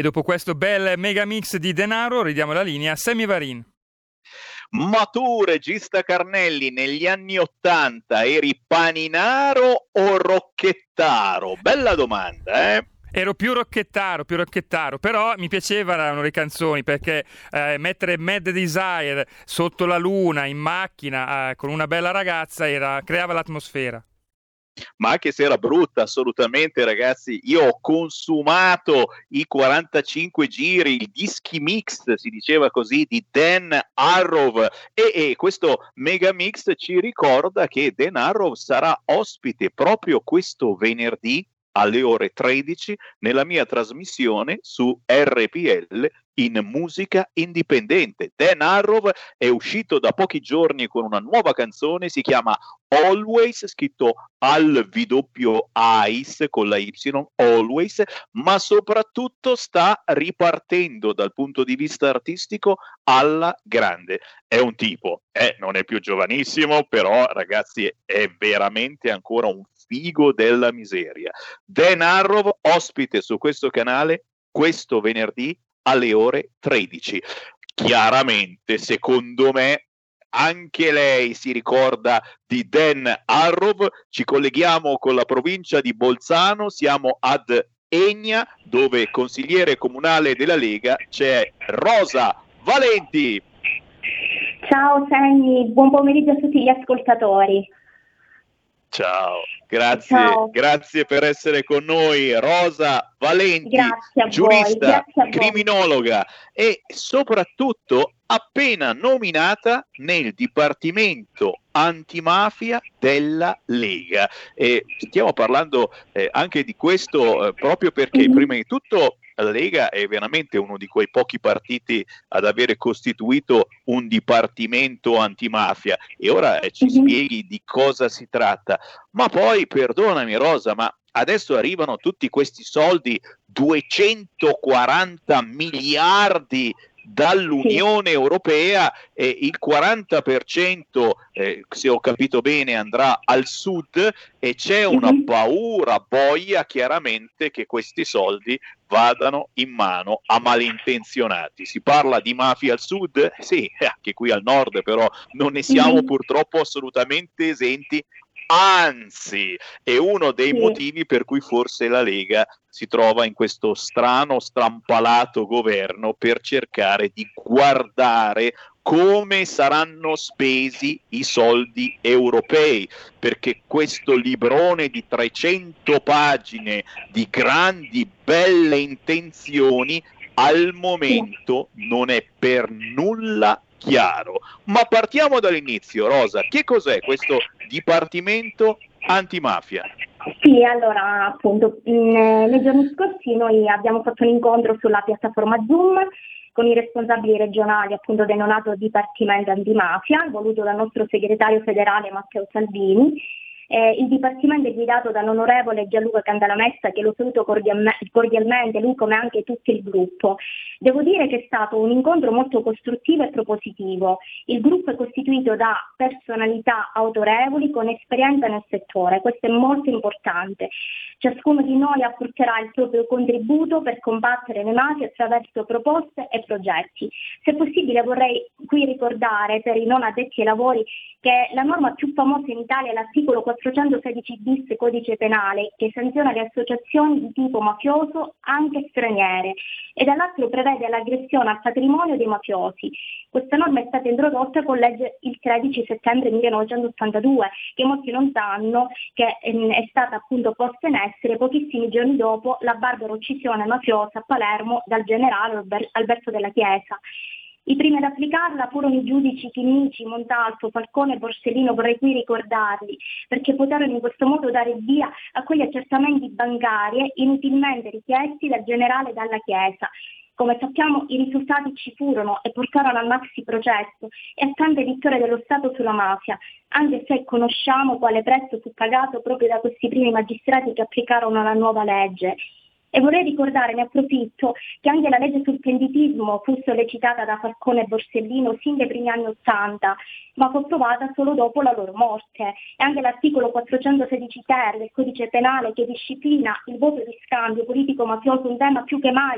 e dopo questo bel mega mix di Denaro ridiamo la linea a Sammy Varin. Ma tu, regista Carnelli, negli anni '80 eri paninaro o rocchettaro? Bella domanda, eh? Ero più rocchettaro, però mi piacevano le canzoni, perché mettere Mad Desire sotto la luna in macchina con una bella ragazza creava l'atmosfera. Ma anche se era brutta, assolutamente, ragazzi. Io ho consumato i 45 giri, il dischi mix, si diceva così, di Dan Arrow, e questo mega mix ci ricorda che Dan Arrow sarà ospite proprio questo venerdì alle ore 13 nella mia trasmissione su RPL in musica indipendente. Dan Arrow è uscito da pochi giorni con una nuova canzone, si chiama Always, scritto al Ice con la Y, Always, ma soprattutto sta ripartendo dal punto di vista artistico alla grande. È un tipo, non è più giovanissimo, però ragazzi è veramente ancora un figo della miseria. Dan Arrow ospite su questo canale questo venerdì alle ore 13. Chiaramente, secondo me, anche lei si ricorda di Dan Arrow. Ci colleghiamo con la provincia di Bolzano, siamo ad Egna, dove consigliere comunale della Lega c'è Rosa Valenti. Ciao Sammy, buon pomeriggio a tutti gli ascoltatori. Ciao, grazie per essere con noi, Rosa Valenti, giurista, criminologa e soprattutto appena nominata nel Dipartimento Antimafia della Lega. E stiamo parlando anche di questo proprio perché prima di tutto la Lega è veramente uno di quei pochi partiti ad avere costituito un dipartimento antimafia, e ora ci spieghi di cosa si tratta. Ma poi, perdonami Rosa, ma adesso arrivano tutti questi soldi, 240 miliardi dall'Unione Europea, e il 40%, se ho capito bene, andrà al sud, e c'è una paura boia chiaramente che questi soldi vadano in mano a malintenzionati. Si parla di mafia al sud? Sì, anche qui al nord però non ne siamo purtroppo assolutamente esenti. Anzi, è uno dei motivi per cui forse la Lega si trova in questo strano, strampalato governo per cercare di guardare come saranno spesi i soldi europei, perché questo librone di 300 pagine di grandi, belle intenzioni al momento non è per nulla chiaro. Ma partiamo dall'inizio, Rosa. Che cos'è questo Dipartimento Antimafia? Sì, allora appunto nei giorni scorsi noi abbiamo fatto un incontro sulla piattaforma Zoom con i responsabili regionali appunto del neonato Dipartimento Antimafia, voluto dal nostro segretario federale Matteo Salvini. Il Dipartimento è guidato dall'onorevole Gianluca Cantalamessa, che lo saluto cordialmente, lui come anche tutto il gruppo. Devo dire che è stato un incontro molto costruttivo e propositivo. Il gruppo è costituito da personalità autorevoli con esperienza nel settore, questo è molto importante. Ciascuno di noi apporterà il proprio contributo per combattere le mafie attraverso proposte e progetti. Se possibile vorrei qui ricordare per i non addetti ai lavori che la norma più famosa in Italia è l'articolo 416 bis Codice Penale, che sanziona le associazioni di tipo mafioso anche straniere, e dall'altro prevede l'aggressione al patrimonio dei mafiosi. Questa norma è stata introdotta con legge il 13 settembre 1982, che molti non sanno che è stata appunto posta in essere pochissimi giorni dopo la barbara uccisione mafiosa a Palermo dal generale Alberto Della Chiesa. I primi ad applicarla furono i giudici Chinnici, Montalto, Falcone e Borsellino, vorrei qui ricordarli, perché poterono in questo modo dare via a quegli accertamenti bancari inutilmente richiesti dal generale Dalla Chiesa. Come sappiamo i risultati ci furono e portarono al maxi processo e a tante vittorie dello Stato sulla mafia, anche se conosciamo quale prezzo fu pagato proprio da questi primi magistrati che applicarono la nuova legge. E vorrei ricordare, ne approfitto, che anche la legge sul penditismo fu sollecitata da Falcone e Borsellino sin dai primi anni '80, ma fu approvata solo dopo la loro morte. E anche l'articolo 416 ter del Codice Penale, che disciplina il voto di scambio politico-mafioso, un tema più che mai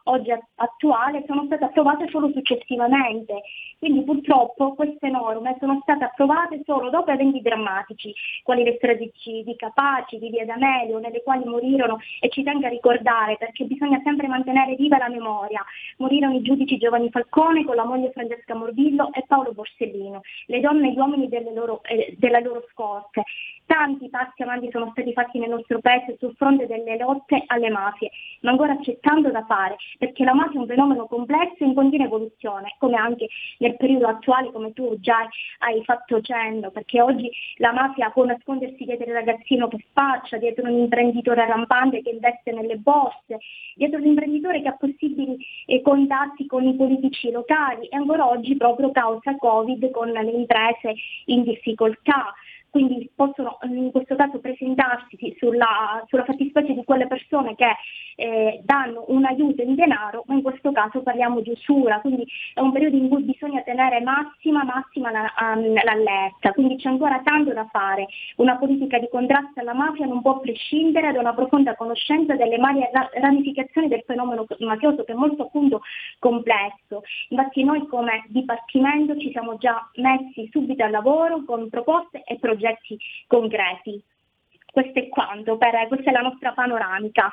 oggi attuale sono state approvate solo successivamente. Quindi purtroppo queste norme sono state approvate solo dopo eventi drammatici, quali le stragi di Capaci, di Via D'Amelio, nelle quali morirono, e ci tengo a ricordare perché bisogna sempre mantenere viva la memoria, morirono i giudici Giovanni Falcone con la moglie Francesca Morvillo e Paolo Borsellino, le donne e gli uomini della loro scorte. Tanti passi avanti sono stati fatti nel nostro paese sul fronte delle lotte alle mafie, ma ancora c'è tanto da fare, perché la mafia è un fenomeno complesso e in continua evoluzione, come anche nel periodo attuale, come tu già hai fatto cenno, perché oggi la mafia può nascondersi dietro il ragazzino che spaccia, dietro un imprenditore rampante che investe nelle borse, dietro l'imprenditore che ha possibili contatti con i politici locali, e ancora oggi proprio causa Covid con le imprese in difficoltà. Quindi possono in questo caso presentarsi sulla fattispecie di quelle persone che danno un aiuto in denaro, ma in questo caso parliamo di usura, quindi è un periodo in cui bisogna tenere massima l'allerta, quindi c'è ancora tanto da fare. Una politica di contrasto alla mafia non può prescindere da una profonda conoscenza delle varie ramificazioni del fenomeno mafioso, che è molto appunto complesso. Infatti noi come Dipartimento ci siamo già messi subito al lavoro con proposte e progetti concreti. Questo è quanto, questa è la nostra panoramica.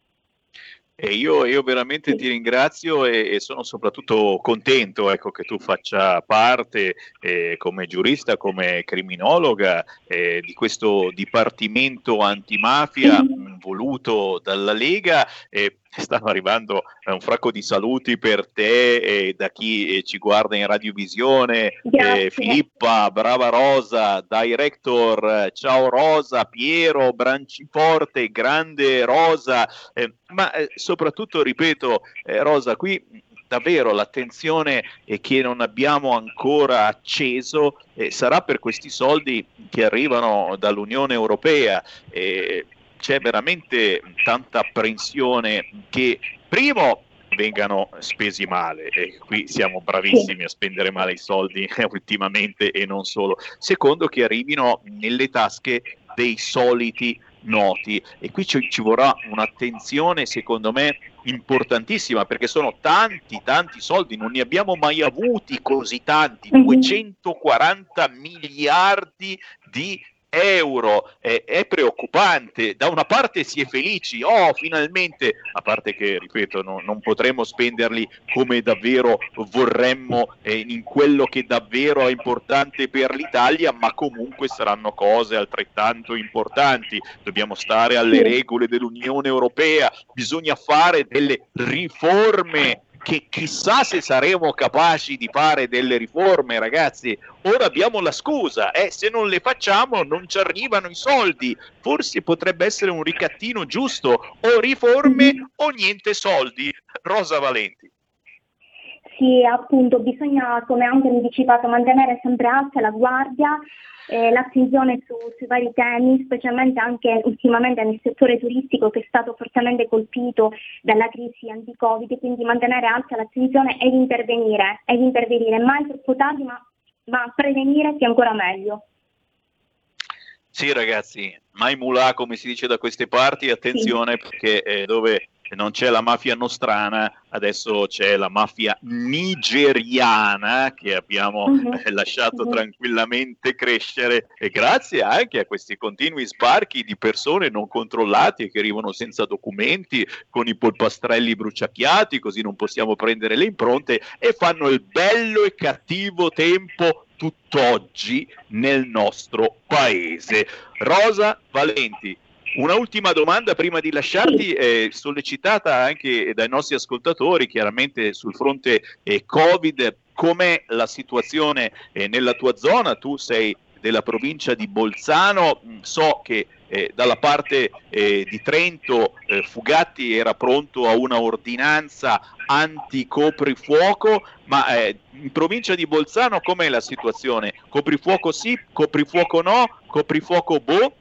E io veramente ti ringrazio e sono soprattutto contento, ecco, che tu faccia parte come giurista, come criminologa di questo dipartimento antimafia voluto dalla Lega. Stanno arrivando un fracco di saluti per te e da chi ci guarda in radiovisione. Filippa, brava Rosa, director, ciao Rosa, Piero, Branciforte, grande Rosa, ma soprattutto, ripeto, Rosa, qui davvero l'attenzione che non abbiamo ancora acceso sarà per questi soldi che arrivano dall'Unione Europea. C'è veramente tanta apprensione che, primo, vengano spesi male, e qui siamo bravissimi a spendere male i soldi ultimamente e non solo. Secondo, che arrivino nelle tasche dei soliti noti, e qui ci vorrà un'attenzione secondo me importantissima, perché sono tanti soldi, non ne abbiamo mai avuti così tanti, 240 miliardi di euro, è preoccupante. Da una parte si è felici, finalmente, a parte che, ripeto, non potremo spenderli come davvero vorremmo in quello che davvero è importante per l'Italia, ma comunque saranno cose altrettanto importanti. Dobbiamo stare alle regole dell'Unione Europea, bisogna fare delle riforme, che chissà se saremo capaci di fare delle riforme, ragazzi. Ora abbiamo la scusa, se non le facciamo non ci arrivano i soldi. Forse potrebbe essere un ricattino giusto, o riforme o niente soldi. Rosa Valenti. Sì, appunto, bisogna, come anche anticipato, mantenere sempre alta la guardia, l'attenzione sui vari temi, specialmente anche ultimamente nel settore turistico, che è stato fortemente colpito dalla crisi anti-Covid, quindi mantenere alta l'attenzione ed intervenire mai troppo tardi, ma prevenire che è ancora meglio. Sì, ragazzi, mai mulà, come si dice da queste parti, attenzione, perché dove non c'è la mafia nostrana, adesso c'è la mafia nigeriana, che abbiamo lasciato tranquillamente crescere, e grazie anche a questi continui sbarchi di persone non controllate che arrivano senza documenti, con i polpastrelli bruciacchiati, così non possiamo prendere le impronte, e fanno il bello e cattivo tempo tutt'oggi nel nostro paese. Rosa Valenti, una ultima domanda prima di lasciarti, sollecitata anche dai nostri ascoltatori, chiaramente sul fronte Covid. Com'è la situazione nella tua zona? Tu sei della provincia di Bolzano, so che dalla parte di Trento Fugatti era pronto a una ordinanza anti-coprifuoco, ma in provincia di Bolzano com'è la situazione? Coprifuoco sì, coprifuoco no, coprifuoco boh?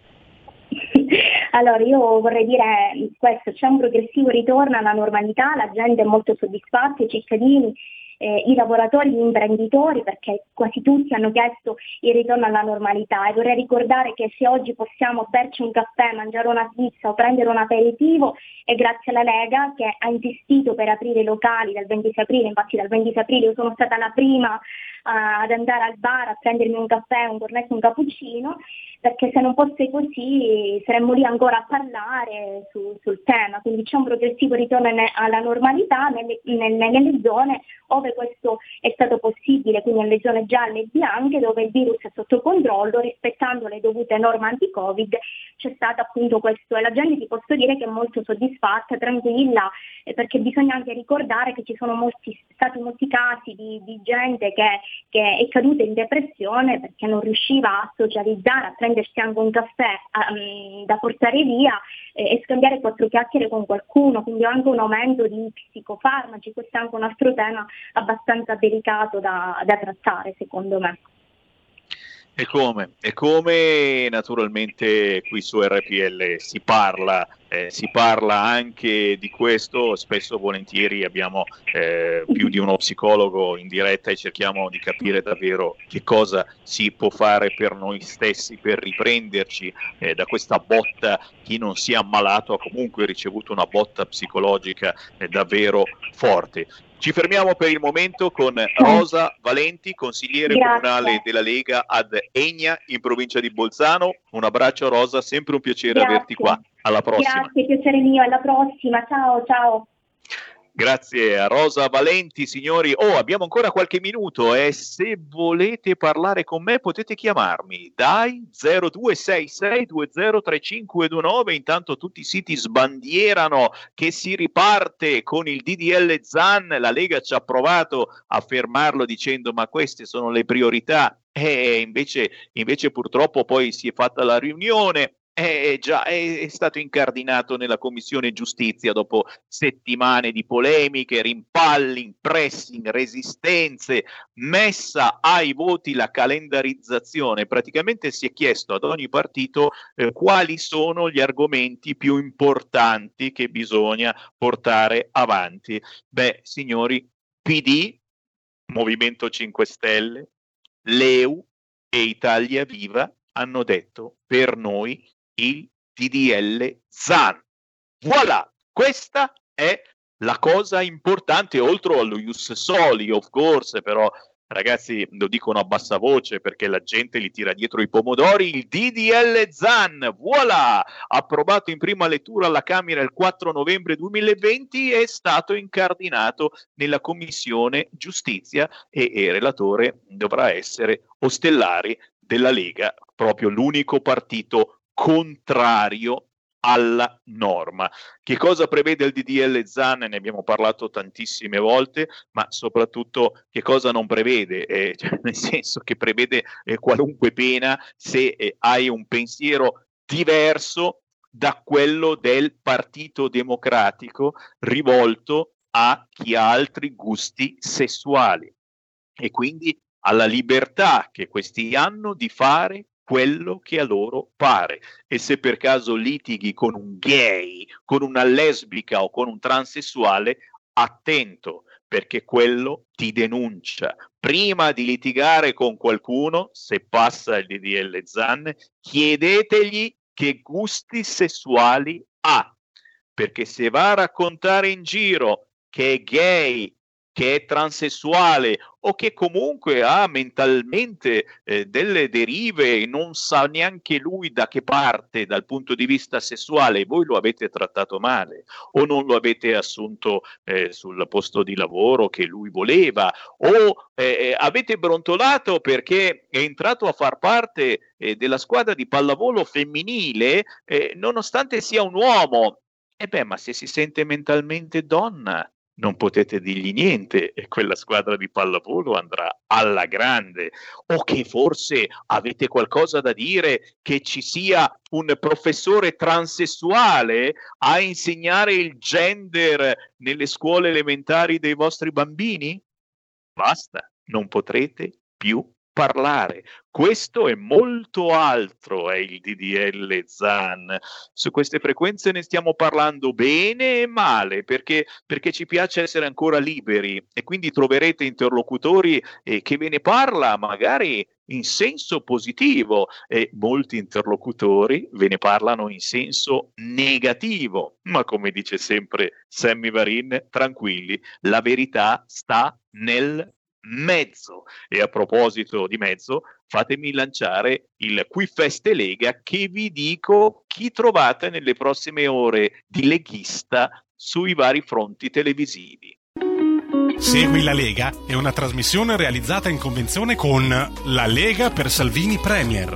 Allora, io vorrei dire questo: c'è un progressivo ritorno alla normalità, la gente è molto soddisfatta, i cittadini i lavoratori, gli imprenditori, perché quasi tutti hanno chiesto il ritorno alla normalità, e vorrei ricordare che se oggi possiamo berci un caffè, mangiare una pizza o prendere un aperitivo è grazie alla Lega, che ha insistito per aprire i locali dal 26 aprile, infatti dal 26 aprile io sono stata la prima ad andare al bar a prendermi un caffè, un cornetto, un cappuccino, perché se non fosse così saremmo lì ancora a parlare sul tema. Quindi c'è un progressivo ritorno alla normalità nelle zone dove questo è stato possibile, quindi nelle zone gialle e bianche dove il virus è sotto controllo, rispettando le dovute norme anti-Covid, c'è stato appunto questo, e la gente, ti posso dire, che è molto soddisfatta, tranquilla, perché bisogna anche ricordare che ci sono stati molti casi di gente che è caduta in depressione perché non riusciva a socializzare, a prendersi anche un caffè da portare via e scambiare 4 chiacchiere con qualcuno, quindi anche un aumento di psicofarmaci. Questo è anche un altro tema abbastanza delicato da trattare, secondo me. E come naturalmente qui su RPL si parla anche di questo, spesso volentieri abbiamo più di uno psicologo in diretta e cerchiamo di capire davvero che cosa si può fare per noi stessi per riprenderci da questa botta. Chi non si è ammalato ha comunque ricevuto una botta psicologica davvero forte. Ci fermiamo per il momento con Rosa Valenti, consigliere comunale della Lega ad Egna in provincia di Bolzano. Un abbraccio Rosa, sempre un piacere averti qua. Alla prossima. Grazie, piacere mio, alla prossima. Ciao. Grazie a Rosa Valenti, signori. Abbiamo ancora qualche minuto e se volete parlare con me potete chiamarmi dai 0266203529. Intanto tutti i siti sbandierano che si riparte con il DDL Zan. La Lega ci ha provato a fermarlo dicendo ma queste sono le priorità, e invece purtroppo poi si è fatta la riunione. È stato incardinato nella Commissione Giustizia dopo settimane di polemiche, rimpalli, pressing, resistenze, messa ai voti la calendarizzazione. Praticamente si è chiesto ad ogni partito quali sono gli argomenti più importanti che bisogna portare avanti. Signori, PD, Movimento 5 Stelle, Leu e Italia Viva hanno detto per noi il DDL Zan. Voilà, questa è la cosa importante, oltre allo ius soli, of course, però ragazzi lo dicono a bassa voce perché la gente li tira dietro i pomodori. Il DDL Zan, voilà, approvato in prima lettura alla Camera il 4 novembre 2020, è stato incardinato nella Commissione Giustizia e relatore dovrà essere Ostellari della Lega, proprio l'unico partito contrario alla norma. Che cosa prevede il DDL Zan? Ne abbiamo parlato tantissime volte, ma soprattutto che cosa non prevede? Nel senso che prevede qualunque pena se hai un pensiero diverso da quello del Partito Democratico rivolto a chi ha altri gusti sessuali, e quindi alla libertà che questi hanno di fare quello che a loro pare. E se per caso litighi con un gay, con una lesbica o con un transessuale, attento, perché quello ti denuncia. Prima di litigare con qualcuno, se passa il DDL Zan, chiedetegli che gusti sessuali ha, perché se va a raccontare in giro che è gay, che è transessuale o che comunque ha mentalmente delle derive e non sa neanche lui da che parte dal punto di vista sessuale, voi lo avete trattato male o non lo avete assunto sul posto di lavoro che lui voleva, o avete brontolato perché è entrato a far parte della squadra di pallavolo femminile nonostante sia un uomo. Ma se si sente mentalmente donna non potete dirgli niente e quella squadra di pallavolo andrà alla grande. O che forse avete qualcosa da dire che ci sia un professore transessuale a insegnare il gender nelle scuole elementari dei vostri bambini? Basta, non potrete più parlare. Questo è molto altro, è il DDL Zan. Su queste frequenze ne stiamo parlando bene e male, perché ci piace essere ancora liberi, e quindi troverete interlocutori che ve ne parla magari in senso positivo, e molti interlocutori ve ne parlano in senso negativo. Ma come dice sempre Sammy Varin, tranquilli, la verità sta nel mezzo. E a proposito di mezzo, fatemi lanciare il Qui Feste Lega, che vi dico chi trovate nelle prossime ore di leghista sui vari fronti televisivi. Segui la Lega è una trasmissione realizzata in convenzione con La Lega per Salvini Premier.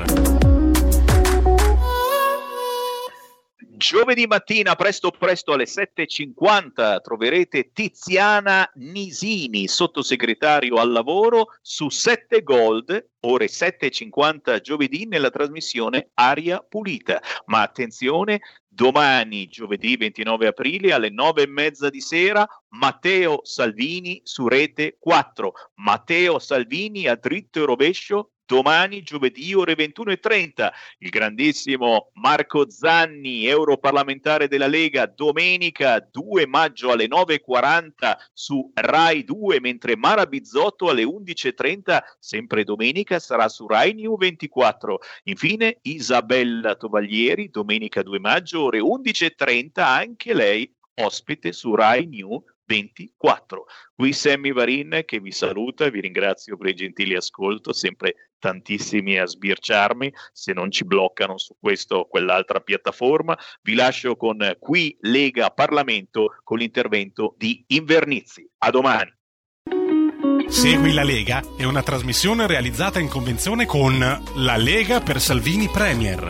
Giovedì mattina, presto alle 7:50, troverete Tiziana Nisini, sottosegretario al lavoro, su 7 Gold, ore 7:50 giovedì, nella trasmissione Aria Pulita. Ma attenzione, domani, giovedì 29 aprile, alle 9:30 di sera, Matteo Salvini su Rete 4. Matteo Salvini a dritto e rovescio. Domani, giovedì, ore 21:30, il grandissimo Marco Zanni, europarlamentare della Lega. Domenica 2 maggio alle 9:40 su Rai 2, mentre Mara Bizzotto alle 11:30, sempre domenica, sarà su Rai New 24. Infine Isabella Tovaglieri, domenica 2 maggio, ore 11:30, anche lei ospite su Rai New 24. Qui Sammy Varin che vi saluta e vi ringrazio per il gentile ascolto, sempre tantissimi a sbirciarmi se non ci bloccano su questo o quell'altra piattaforma. Vi lascio con Qui Lega Parlamento con l'intervento di Invernizzi. A domani. Segui la Lega è una trasmissione realizzata in convenzione con La Lega per Salvini Premier.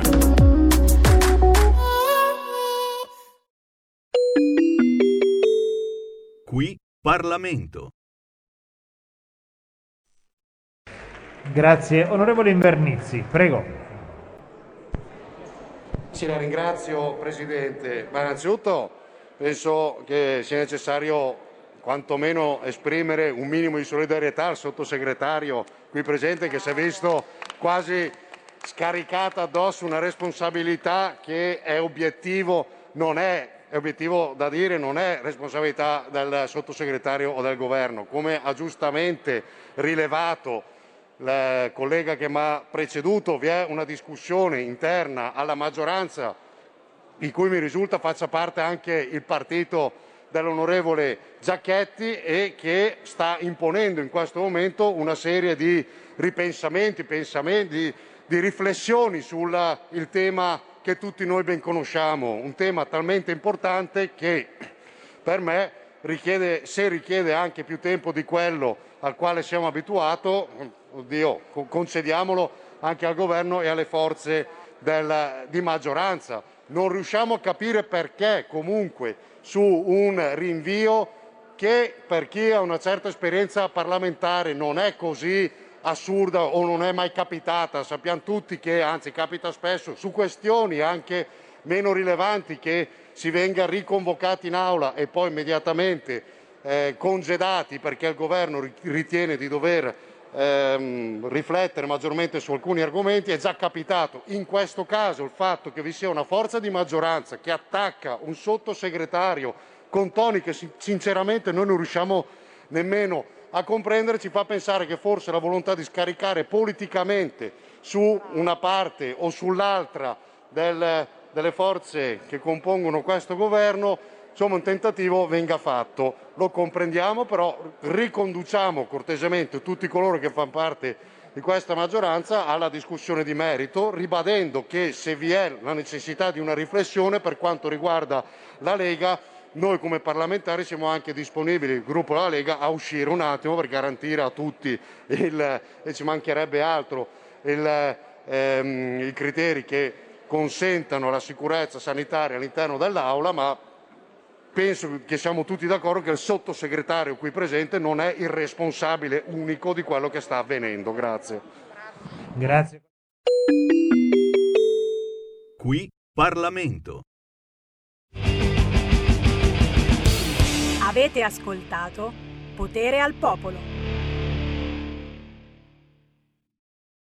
Qui Parlamento. Grazie. Onorevole Invernizzi, prego. Sì, la ringrazio Presidente, ma innanzitutto penso che sia necessario quantomeno esprimere un minimo di solidarietà al sottosegretario qui presente, che si è visto quasi scaricata addosso una responsabilità che è obiettivo, non è obiettivo da dire, non è responsabilità del sottosegretario o del governo. Come ha giustamente rilevato il collega che mi ha preceduto, vi è una discussione interna alla maggioranza, di cui mi risulta faccia parte anche il partito dell'onorevole Giacchetti, e che sta imponendo in questo momento una serie di ripensamenti, di riflessioni sul tema che tutti noi ben conosciamo, un tema talmente importante che per me richiede anche più tempo di quello al quale siamo abituati, concediamolo anche al governo e alle forze di maggioranza. Non riusciamo a capire perché comunque su un rinvio che per chi ha una certa esperienza parlamentare non è così assurda o non è mai capitata, sappiamo tutti che anzi capita spesso su questioni anche meno rilevanti che si venga riconvocati in aula e poi immediatamente congedati perché il governo ritiene di dover riflettere maggiormente su alcuni argomenti. È già capitato. In questo caso il fatto che vi sia una forza di maggioranza che attacca un sottosegretario con toni che sinceramente noi non riusciamo nemmeno a comprendere ci fa pensare che forse la volontà di scaricare politicamente su una parte o sull'altra delle forze che compongono questo governo, insomma, un tentativo venga fatto. Lo comprendiamo, però riconduciamo cortesemente tutti coloro che fanno parte di questa maggioranza alla discussione di merito, ribadendo che se vi è la necessità di una riflessione per quanto riguarda la Lega, noi come parlamentari siamo anche disponibili, il gruppo della Lega, a uscire un attimo per garantire a tutti e ci mancherebbe altro, i criteri che consentano la sicurezza sanitaria all'interno dell'Aula, ma penso che siamo tutti d'accordo che il sottosegretario qui presente non è il responsabile unico di quello che sta avvenendo. Grazie. Grazie. Qui Parlamento. Avete ascoltato Potere al Popolo.